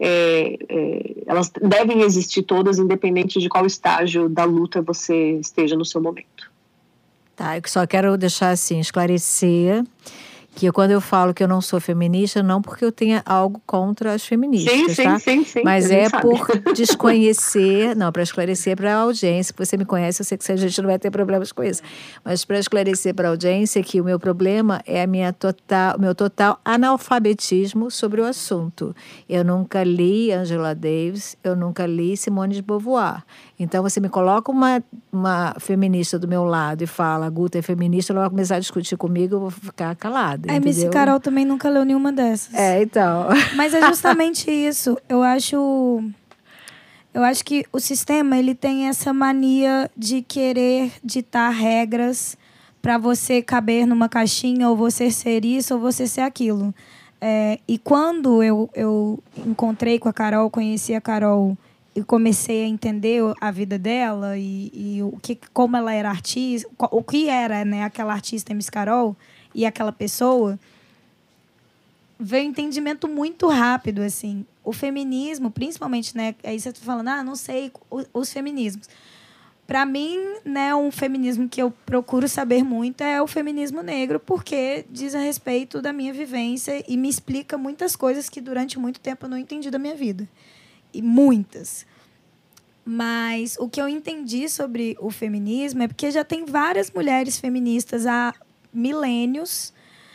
É, é, elas devem existir todas, independente de qual estágio da luta você esteja no seu momento. Tá, eu só quero deixar assim, esclarecer que quando eu falo que eu não sou feminista, não porque eu tenha algo contra as feministas, sim, sim, tá? Sim, sim, mas é sabe. por desconhecer, não, para esclarecer para a audiência, que você me conhece, eu sei que a gente não vai ter problemas com isso, mas para esclarecer para a audiência que o meu problema é a minha total, o meu total analfabetismo sobre o assunto. Eu nunca li Angela Davis, eu nunca li Simone de Beauvoir. Então, você me coloca uma, uma feminista do meu lado e fala, a Guta é feminista, ela vai começar a discutir comigo, eu vou ficar calada, A M C Carol também nunca leu nenhuma dessas. É, então. Mas é justamente isso. Eu acho... Eu acho que o sistema, ele tem essa mania de querer ditar regras para você caber numa caixinha, ou você ser isso, ou você ser aquilo. É, e quando eu, eu encontrei com a Carol, conheci a Carol... e comecei a entender a vida dela e, e o que, como ela era artista, o que era, né, aquela artista M C Carol e aquela pessoa, veio um entendimento muito rápido, assim. O feminismo, principalmente, né, aí você está falando, ah, não sei, os feminismos. Para mim, né, um feminismo que eu procuro saber muito é o feminismo negro, porque diz a respeito da minha vivência e me explica muitas coisas que durante muito tempo eu não entendi da minha vida. E muitas. Mas o que eu entendi sobre o feminismo é porque já tem várias mulheres feministas há milênios,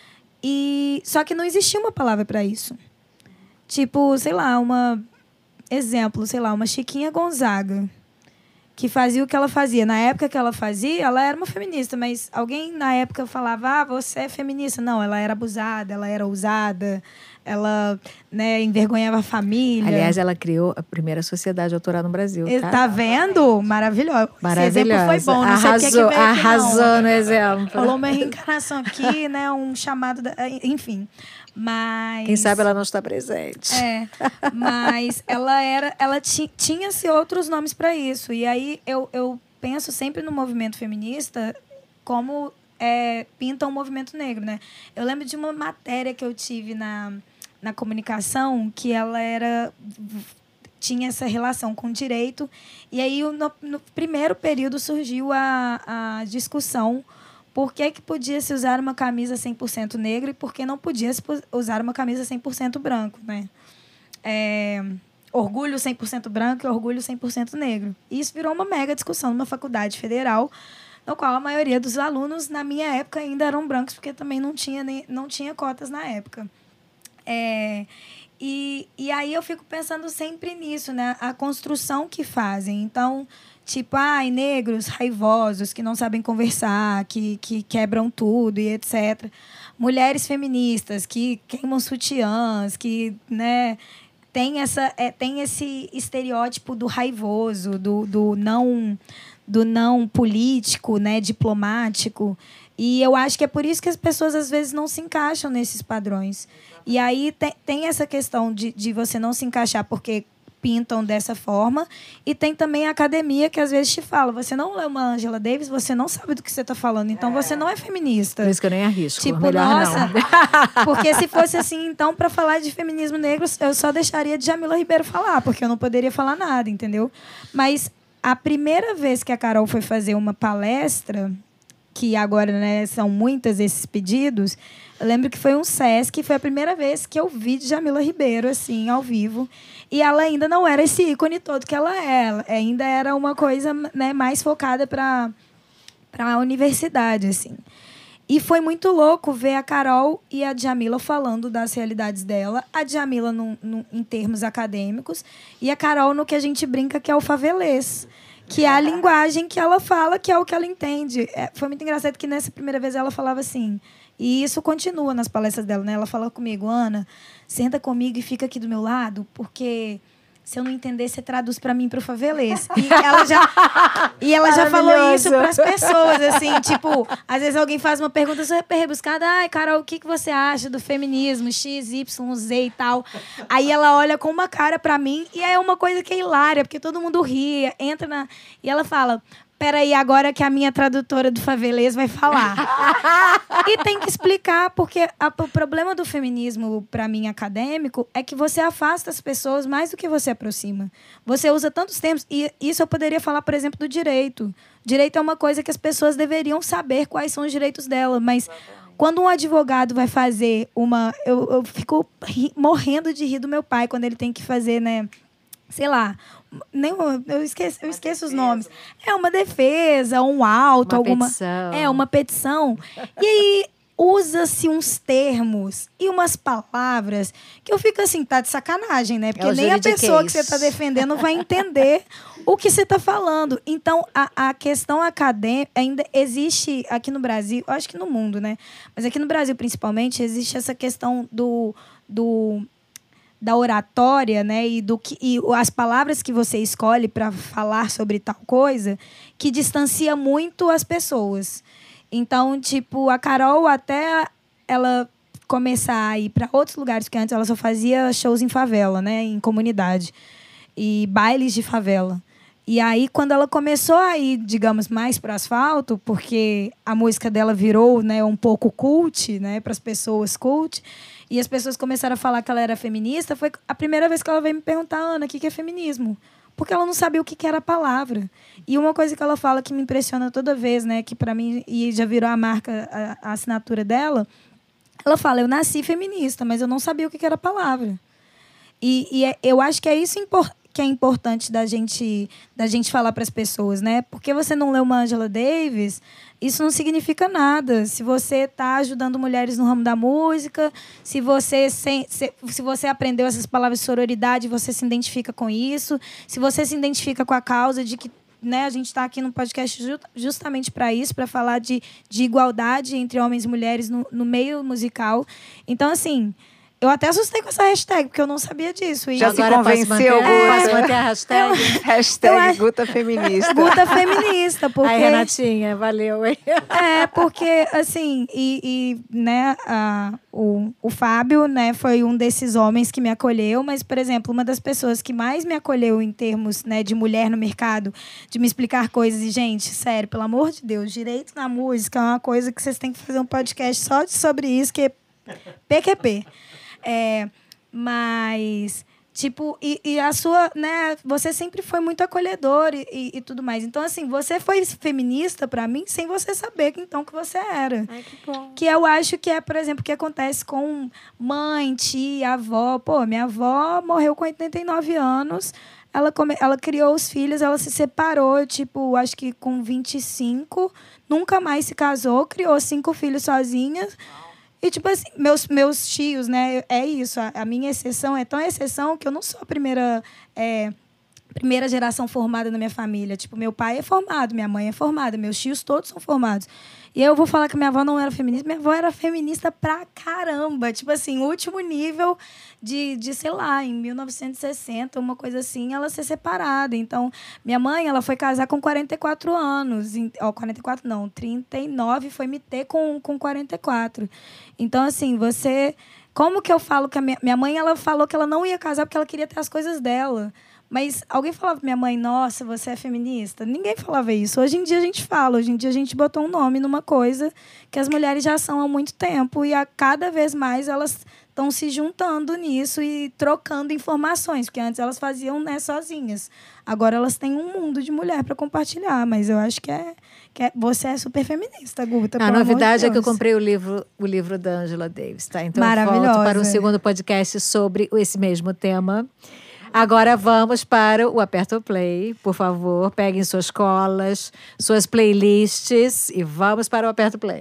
e só que não existia uma palavra para isso. Tipo, sei lá, uma exemplo, sei lá, uma Chiquinha Gonzaga, que fazia o que ela fazia. Na época que ela fazia, ela era uma feminista, mas alguém na época falava, ah, você é feminista. Não, ela era abusada, ela era ousada, ela, né, envergonhava a família. Aliás, ela criou a primeira sociedade autoral no Brasil. Tá, tá vendo? Maravilhosa. Maravilhosa. Esse exemplo foi bom. Não arrasou, sei que é que veio aqui, arrasou não. no exemplo. Falou uma reencarnação aqui, né? Um chamado... Da... Enfim. Mas... Quem sabe ela não está presente. É. Mas ela era... Ela ti, tinha-se outros nomes para isso. E aí eu, eu penso sempre no movimento feminista como é, pinta um movimento negro, né? Eu lembro de uma matéria que eu tive na... na comunicação, que ela era, tinha essa relação com o direito. E aí, no, no primeiro período, surgiu a, a discussão por que, que podia se usar uma camisa cem por cento negra e por que não podia se usar uma camisa cem por cento branco, né? É, orgulho cem por cento branco e orgulho cem por cento negro. E isso virou uma mega discussão numa faculdade federal, no qual a maioria dos alunos, na minha época, ainda eram brancos, porque também não tinha, nem, não tinha cotas na época. É, e, e aí eu fico pensando sempre nisso, né? A construção que fazem. Então, tipo, ai, negros raivosos que não sabem conversar, que, que quebram tudo e etcétera. Mulheres feministas que queimam sutiãs, que, né, tem, essa, é, tem esse estereótipo do raivoso, do, do não, do não político, né, diplomático. E eu acho que é por isso que as pessoas, às vezes, não se encaixam nesses padrões. E aí tem, tem essa questão de, de você não se encaixar porque pintam dessa forma. E tem também a academia que, às vezes, te fala, você não lê uma Angela Davis, você não sabe do que você está falando. Então, você não é feminista. Por isso que eu nem arrisco. Tipo, Melhor nossa, não. porque se fosse assim, então, para falar de feminismo negro, eu só deixaria Djamila Ribeiro falar, porque eu não poderia falar nada, entendeu? Mas a primeira vez que a Carol foi fazer uma palestra, que agora, né, são muitos esses pedidos, eu lembro que foi um Sesc, foi a primeira vez que eu vi Djamila Ribeiro, assim, ao vivo. E ela ainda não era esse ícone todo que ela é. Ela ainda era uma coisa, né, mais focada para a universidade, assim. E foi muito louco ver a Carol e a Djamila falando das realidades dela. A Djamila no, no, em termos acadêmicos e a Carol no que a gente brinca que é o favelês. Que é a linguagem que ela fala, que é o que ela entende. É, foi muito engraçado que nessa primeira vez ela falava assim... E isso continua nas palestras dela, né? Ela fala comigo, Ana, senta comigo e fica aqui do meu lado, porque se eu não entender, você traduz para mim para o favelês. E ela já, e ela já falou isso para as pessoas, assim, tipo, às vezes alguém faz uma pergunta super rebuscada, ai, Carol, o que, que você acha do feminismo, X, Y, Z e tal? Aí ela olha com uma cara para mim e é uma coisa que é hilária, porque todo mundo ri, entra na... E ela fala... Peraí, agora que a minha tradutora do favelês vai falar. E tem que explicar, porque a, o problema do feminismo, para mim, acadêmico, é que você afasta as pessoas mais do que você aproxima. Você usa tantos termos, e isso eu poderia falar, por exemplo, do direito. Direito é uma coisa que as pessoas deveriam saber quais são os direitos dela, mas quando um advogado vai fazer uma... Eu, eu fico ri, morrendo de rir do meu pai quando ele tem que fazer, né... Sei lá... Nem, eu esqueço, eu esqueço os nomes. É uma defesa, um auto, uma alguma. Petição. É, uma petição. E aí usa-se uns termos e umas palavras que eu fico assim, tá de sacanagem, né? Porque é nem a pessoa que você está defendendo vai entender o que você está falando. Então, a, a questão acadêmica ainda existe aqui no Brasil, eu acho que no mundo, né? Mas aqui no Brasil, principalmente, existe essa questão do. do da oratória, né, e, do que, e as palavras que você escolhe para falar sobre tal coisa, que distancia muito as pessoas. Então, tipo, a Carol, até ela começar a ir para outros lugares, porque antes ela só fazia shows em favela, né, em comunidade, e bailes de favela. E aí, quando ela começou a ir, digamos, mais para o asfalto, porque a música dela virou, né, um pouco cult, né, para as pessoas cult, e as pessoas começaram a falar que ela era feminista, foi a primeira vez que ela veio me perguntar, Ana, o que é feminismo? Porque ela não sabia o que era a palavra. E uma coisa que ela fala que me impressiona toda vez, né, que para mim e já virou a marca, a, a assinatura dela, ela fala, eu nasci feminista, mas eu não sabia o que era a palavra. E, e é, eu acho que é isso importante. que é importante da gente, da gente falar para as pessoas, né? Porque você não lê uma Angela Davis, isso não significa nada. Se você está ajudando mulheres no ramo da música, se você, se, se, se você aprendeu essas palavras de sororidade, você se identifica com isso, se você se identifica com a causa de que, né, a gente está aqui no podcast justamente para isso, para falar de, de igualdade entre homens e mulheres no, no meio musical. Então, assim... Eu até assustei com essa hashtag, porque eu não sabia disso. E já agora se convenceu, Guta? É, posso manter a hashtag? Hashtag acho... Guta Feminista. Guta Feminista, porque... Ai, Renatinha, valeu, hein? É, porque, assim, e, e né, a, o, o Fábio, né, foi um desses homens que me acolheu, mas, por exemplo, uma das pessoas que mais me acolheu em termos, né, de mulher no mercado, de me explicar coisas, e, gente, sério, pelo amor de Deus, direito na música é uma coisa que vocês têm que fazer um podcast só sobre isso, que é P Q P. É, mas, tipo, e, e a sua, né, você sempre foi muito acolhedor e, e, e tudo mais. Então, assim, você foi feminista pra mim sem você saber que, então, que você era. Ai, que bom. Que eu acho que é, por exemplo, o que acontece com mãe, tia, avó. Pô, minha avó morreu com oitenta e nove anos, ela, come, ela criou os filhos, ela se separou, tipo, acho que com vinte e cinco, nunca mais se casou, criou cinco filhos sozinha. E, tipo assim, meus, meus tios, né? É isso. A, a minha exceção é tão exceção que eu não sou a primeira é, primeira geração formada na minha família. Tipo, meu pai é formado, minha mãe é formada, meus tios todos são formados. E aí eu vou falar que minha avó não era feminista. Minha avó era feminista pra caramba. Tipo assim, último nível de, de, sei lá, em mil novecentos e sessenta, uma coisa assim, ela ser separada. Então, minha mãe, ela foi casar com quarenta e quatro anos. Ó, quarenta e quatro não, trinta e nove foi me ter com, com quarenta e quatro. Então, assim, você... Como que eu falo que a minha, minha mãe, ela falou que ela não ia casar porque ela queria ter as coisas dela. Mas alguém falava pra minha mãe, nossa, você é feminista? Ninguém falava isso. Hoje em dia a gente fala, hoje em dia a gente botou um nome numa coisa que as mulheres já são há muito tempo e a cada vez mais elas estão se juntando nisso e trocando informações, porque antes elas faziam, né, sozinhas. Agora elas têm um mundo de mulher para compartilhar, mas eu acho que é, que é você é super feminista, Guta. A novidade de é que eu comprei o livro, o livro da Angela Davis, tá? Então eu volto para um segundo podcast sobre esse mesmo tema. Agora vamos para o Aperta o Play. Por favor, peguem suas colas, suas playlists e vamos para o Aperta o Play.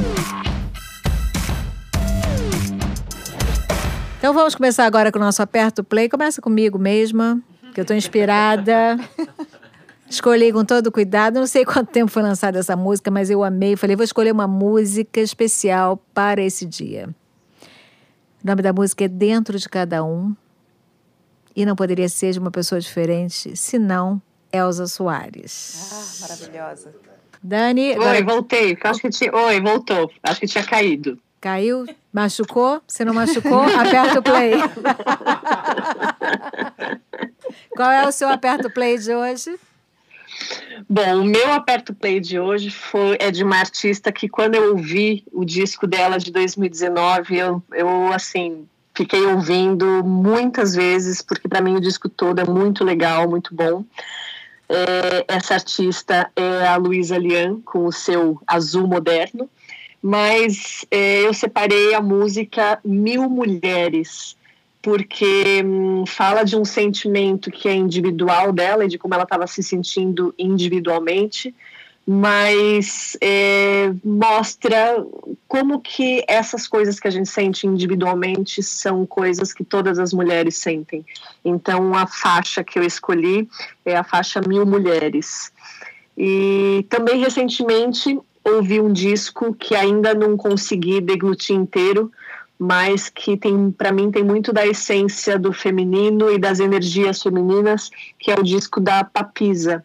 Então vamos começar agora com o nosso Aperta o Play. Começa comigo mesma, que eu estou inspirada. Escolhi com todo cuidado. Não sei quanto tempo foi lançada essa música, mas eu amei. Falei, vou escolher uma música especial para esse dia. O nome da música é Dentro de Cada Um. E não poderia ser de uma pessoa diferente, senão Elza Soares. Ah, maravilhosa. Dani... Oi, agora... voltei. Acho que tinha... Oi, voltou. Acho que tinha caído. Caiu? Machucou? Se não machucou, aperta o play. Qual é o seu aperta o play de hoje? Bom, o meu aperto play de hoje foi, é de uma artista que, quando eu ouvi o disco dela de dois mil e dezenove, eu, eu assim... Fiquei ouvindo muitas vezes, porque para mim o disco todo é muito legal, muito bom. É, essa artista é a Luísa Lian, com o seu Azul Moderno, mas é, eu separei a música Mil Mulheres, porque hum, fala de um sentimento que é individual dela e de como ela estava se sentindo individualmente, mas é, mostra como que essas coisas que a gente sente individualmente são coisas que todas as mulheres sentem. Então, a faixa que eu escolhi é a faixa Mil Mulheres. E também, recentemente, ouvi um disco que ainda não consegui deglutir inteiro, mas que, tem, para mim, tem muito da essência do feminino e das energias femininas, que é o disco da Papisa.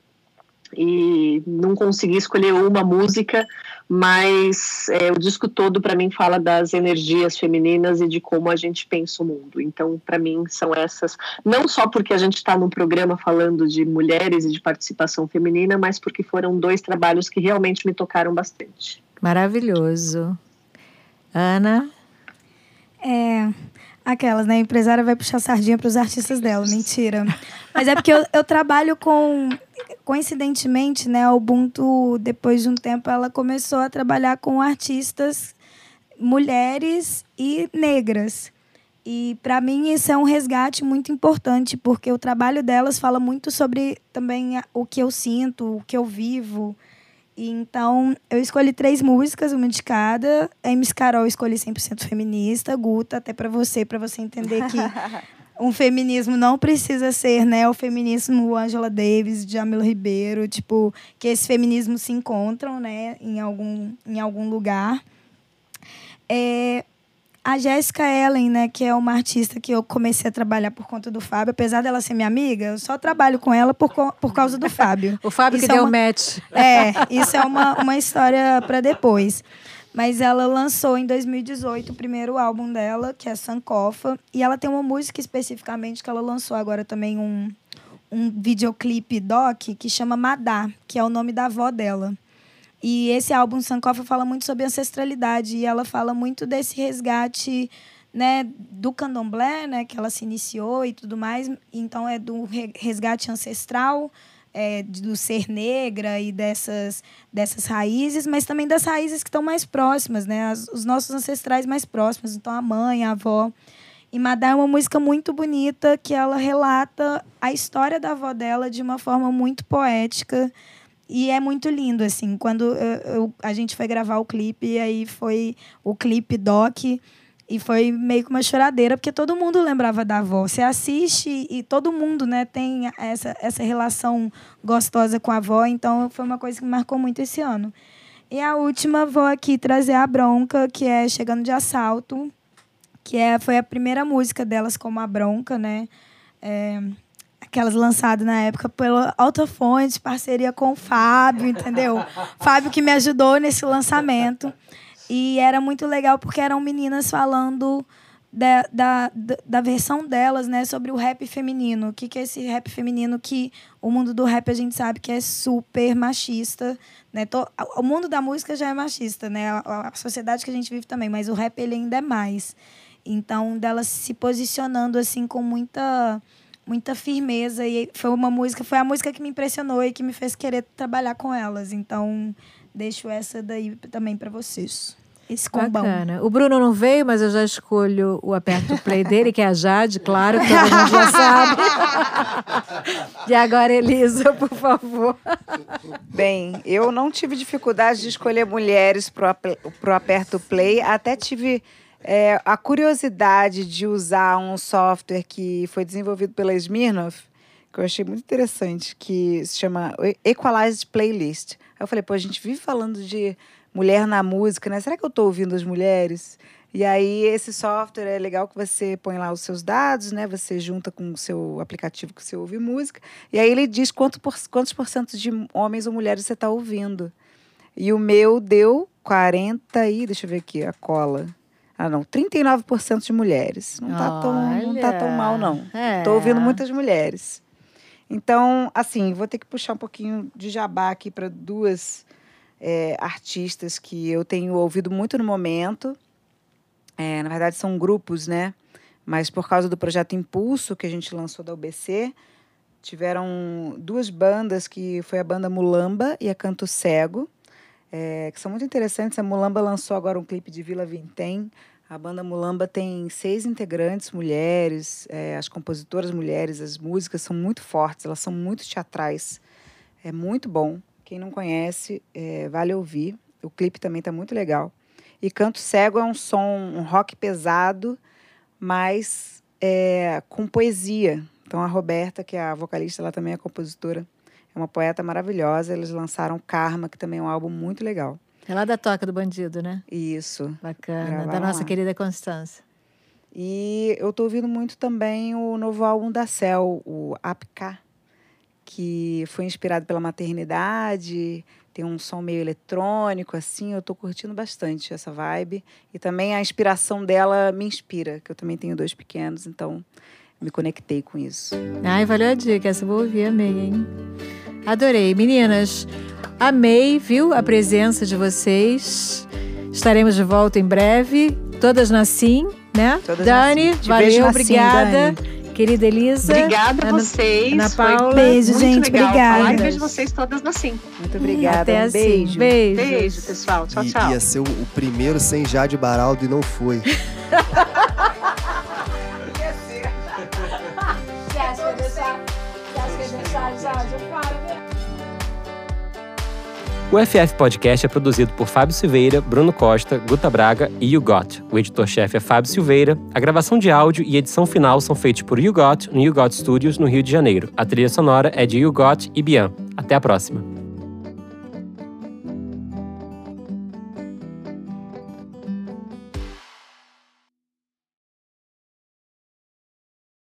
E não consegui escolher uma música, mas é, o disco todo para mim fala das energias femininas e de como a gente pensa o mundo. Então, para mim, são essas, não só porque a gente está num programa falando de mulheres e de participação feminina, mas porque foram dois trabalhos que realmente me tocaram bastante. Maravilhoso. Ana? É... Aquelas, né? A empresária vai puxar sardinha para os artistas dela. Mentira. Mas é porque eu, eu trabalho com... Coincidentemente, né? A Ubuntu, depois de um tempo, ela começou a trabalhar com artistas mulheres e negras. E, para mim, isso é um resgate muito importante, porque o trabalho delas fala muito sobre também o que eu sinto, o que eu vivo. E, então, eu escolhi três músicas, uma de cada. A M C Carol eu escolhi cem por cento feminista. Guta, até para você, para você entender que um feminismo não precisa ser, né, o feminismo Angela Davis, Djamila Ribeiro, tipo, que esses feminismos se encontram, né, em algum, em algum lugar. É... A Jéssica Ellen, né, que é uma artista que eu comecei a trabalhar por conta do Fábio, apesar dela ser minha amiga, eu só trabalho com ela por, por causa do Fábio. O Fábio isso que é deu uma... match. É, isso é uma, uma história para depois. Mas ela lançou em dois mil e dezoito o primeiro álbum dela, que é Sankofa, e ela tem uma música especificamente que ela lançou agora também um, um videoclipe doc que chama Madá, que é o nome da avó dela. E esse álbum, Sankofa, fala muito sobre ancestralidade e ela fala muito desse resgate, né, do candomblé, né, que ela se iniciou e tudo mais. Então, é do resgate ancestral, é, do ser negra e dessas, dessas raízes, mas também das raízes que estão mais próximas, né, as, os nossos ancestrais mais próximos. Então, a mãe, a avó. E Madá é uma música muito bonita que ela relata a história da avó dela de uma forma muito poética. E é muito lindo, assim, quando eu, eu, a gente foi gravar o clipe, e aí foi o clipe doc, E foi meio que uma choradeira, porque todo mundo lembrava da avó. Você assiste e todo mundo, né, tem essa, essa relação gostosa com a avó. Então, foi uma coisa que me marcou muito esse ano. E a última, vou aqui trazer a Bronca, que é Chegando de Assalto, que é, foi a primeira música delas como a Bronca, né? É, aquelas lançadas na época pela Alta-Fonte, parceria com o Fábio, entendeu? Fábio que me ajudou nesse lançamento. E era muito legal porque eram meninas falando da, da, da versão delas, né, sobre o rap feminino. O que, que é esse rap feminino que o mundo do rap a gente sabe que é super machista, né? O mundo da música já é machista, né? A, a sociedade que a gente vive também, mas o rap ele ainda é mais. Então, delas se posicionando assim com muita, muita firmeza. E foi uma música, foi a música que me impressionou e que me fez querer trabalhar com elas. Então, deixo essa daí também para vocês. Esse combão. Bacana. O Bruno não veio, mas eu já escolho o Aperto Play dele, que é a Jade, claro, que todo mundo já sabe. E agora, Elisa, por favor. Bem, eu não tive dificuldade de escolher mulheres pro, pro Aperto Play. Até tive é, a curiosidade de usar um software que foi desenvolvido pela Smirnoff, que eu achei muito interessante, que se chama Equalized Playlist. Aí eu falei, pô, a gente vive falando de mulher na música, né? Será que eu estou ouvindo as mulheres? E aí, esse software é legal que você põe lá os seus dados, né? Você junta com o seu aplicativo que você ouve música. E aí, ele diz quanto por, quantos por cento de homens ou mulheres você está ouvindo. E o meu deu quarenta e... Deixa eu ver aqui, a cola. Ah, não. trinta e nove por cento de mulheres. Não tá tão, não tá tão mal, não. Estou É. ouvindo muitas mulheres. Então, assim, vou ter que puxar um pouquinho de jabá aqui para duas... É, artistas que eu tenho ouvido muito no momento. É, na verdade, são grupos, né? Mas por causa do projeto Impulso, que a gente lançou da U B C, tiveram duas bandas, que foi a banda Mulamba e a Canto Cego, é, que são muito interessantes. A Mulamba lançou agora um clipe de Vila Vintém. A banda Mulamba tem seis integrantes mulheres, é, as compositoras mulheres, as músicas são muito fortes, elas são muito teatrais. É muito bom. Quem não conhece, é, vale ouvir. O clipe também está muito legal. E Canto Cego é um som, um rock pesado, mas é, com poesia. Então, a Roberta, que é a vocalista, ela também é compositora, é uma poeta maravilhosa. Eles lançaram Karma, que também é um álbum muito legal. É lá da Toca do Bandido, né? Isso. Bacana. Gravaram Da nossa lá. querida Constância. E eu estou ouvindo muito também o novo álbum da Cel, o Apka, que foi inspirado pela maternidade, tem um som meio eletrônico, assim, eu estou curtindo bastante essa vibe. E também a inspiração dela me inspira, que eu também tenho dois pequenos, então me conectei com isso. Ai, valeu a dica, essa eu vou ouvir, amei, hein? Adorei. Meninas, amei, viu, a presença de vocês. Estaremos de volta em breve, todas na Sim, né? Todas Dani, na Sim. Te valeu, vejo na obrigada. Sim, Dani. Querida Elisa. Obrigada a Ana, vocês. Ana Foi Paula. Beijo, muito gente. legal Obrigada. falar e vejo vocês todas na Sim. Muito obrigada, Até um assim. beijo. Beijo. Beijo, pessoal. Tchau, E tchau. ia ser o, o primeiro sem Jade Baraldo e não foi. O F F Podcast é produzido por Fábio Silveira, Bruno Costa, Guta Braga e You Got. O editor-chefe é Fábio Silveira. A gravação de áudio e edição final são feitos por You Got, no You Got Studios, no Rio de Janeiro. A trilha sonora é de You Got e Bian. Até a próxima.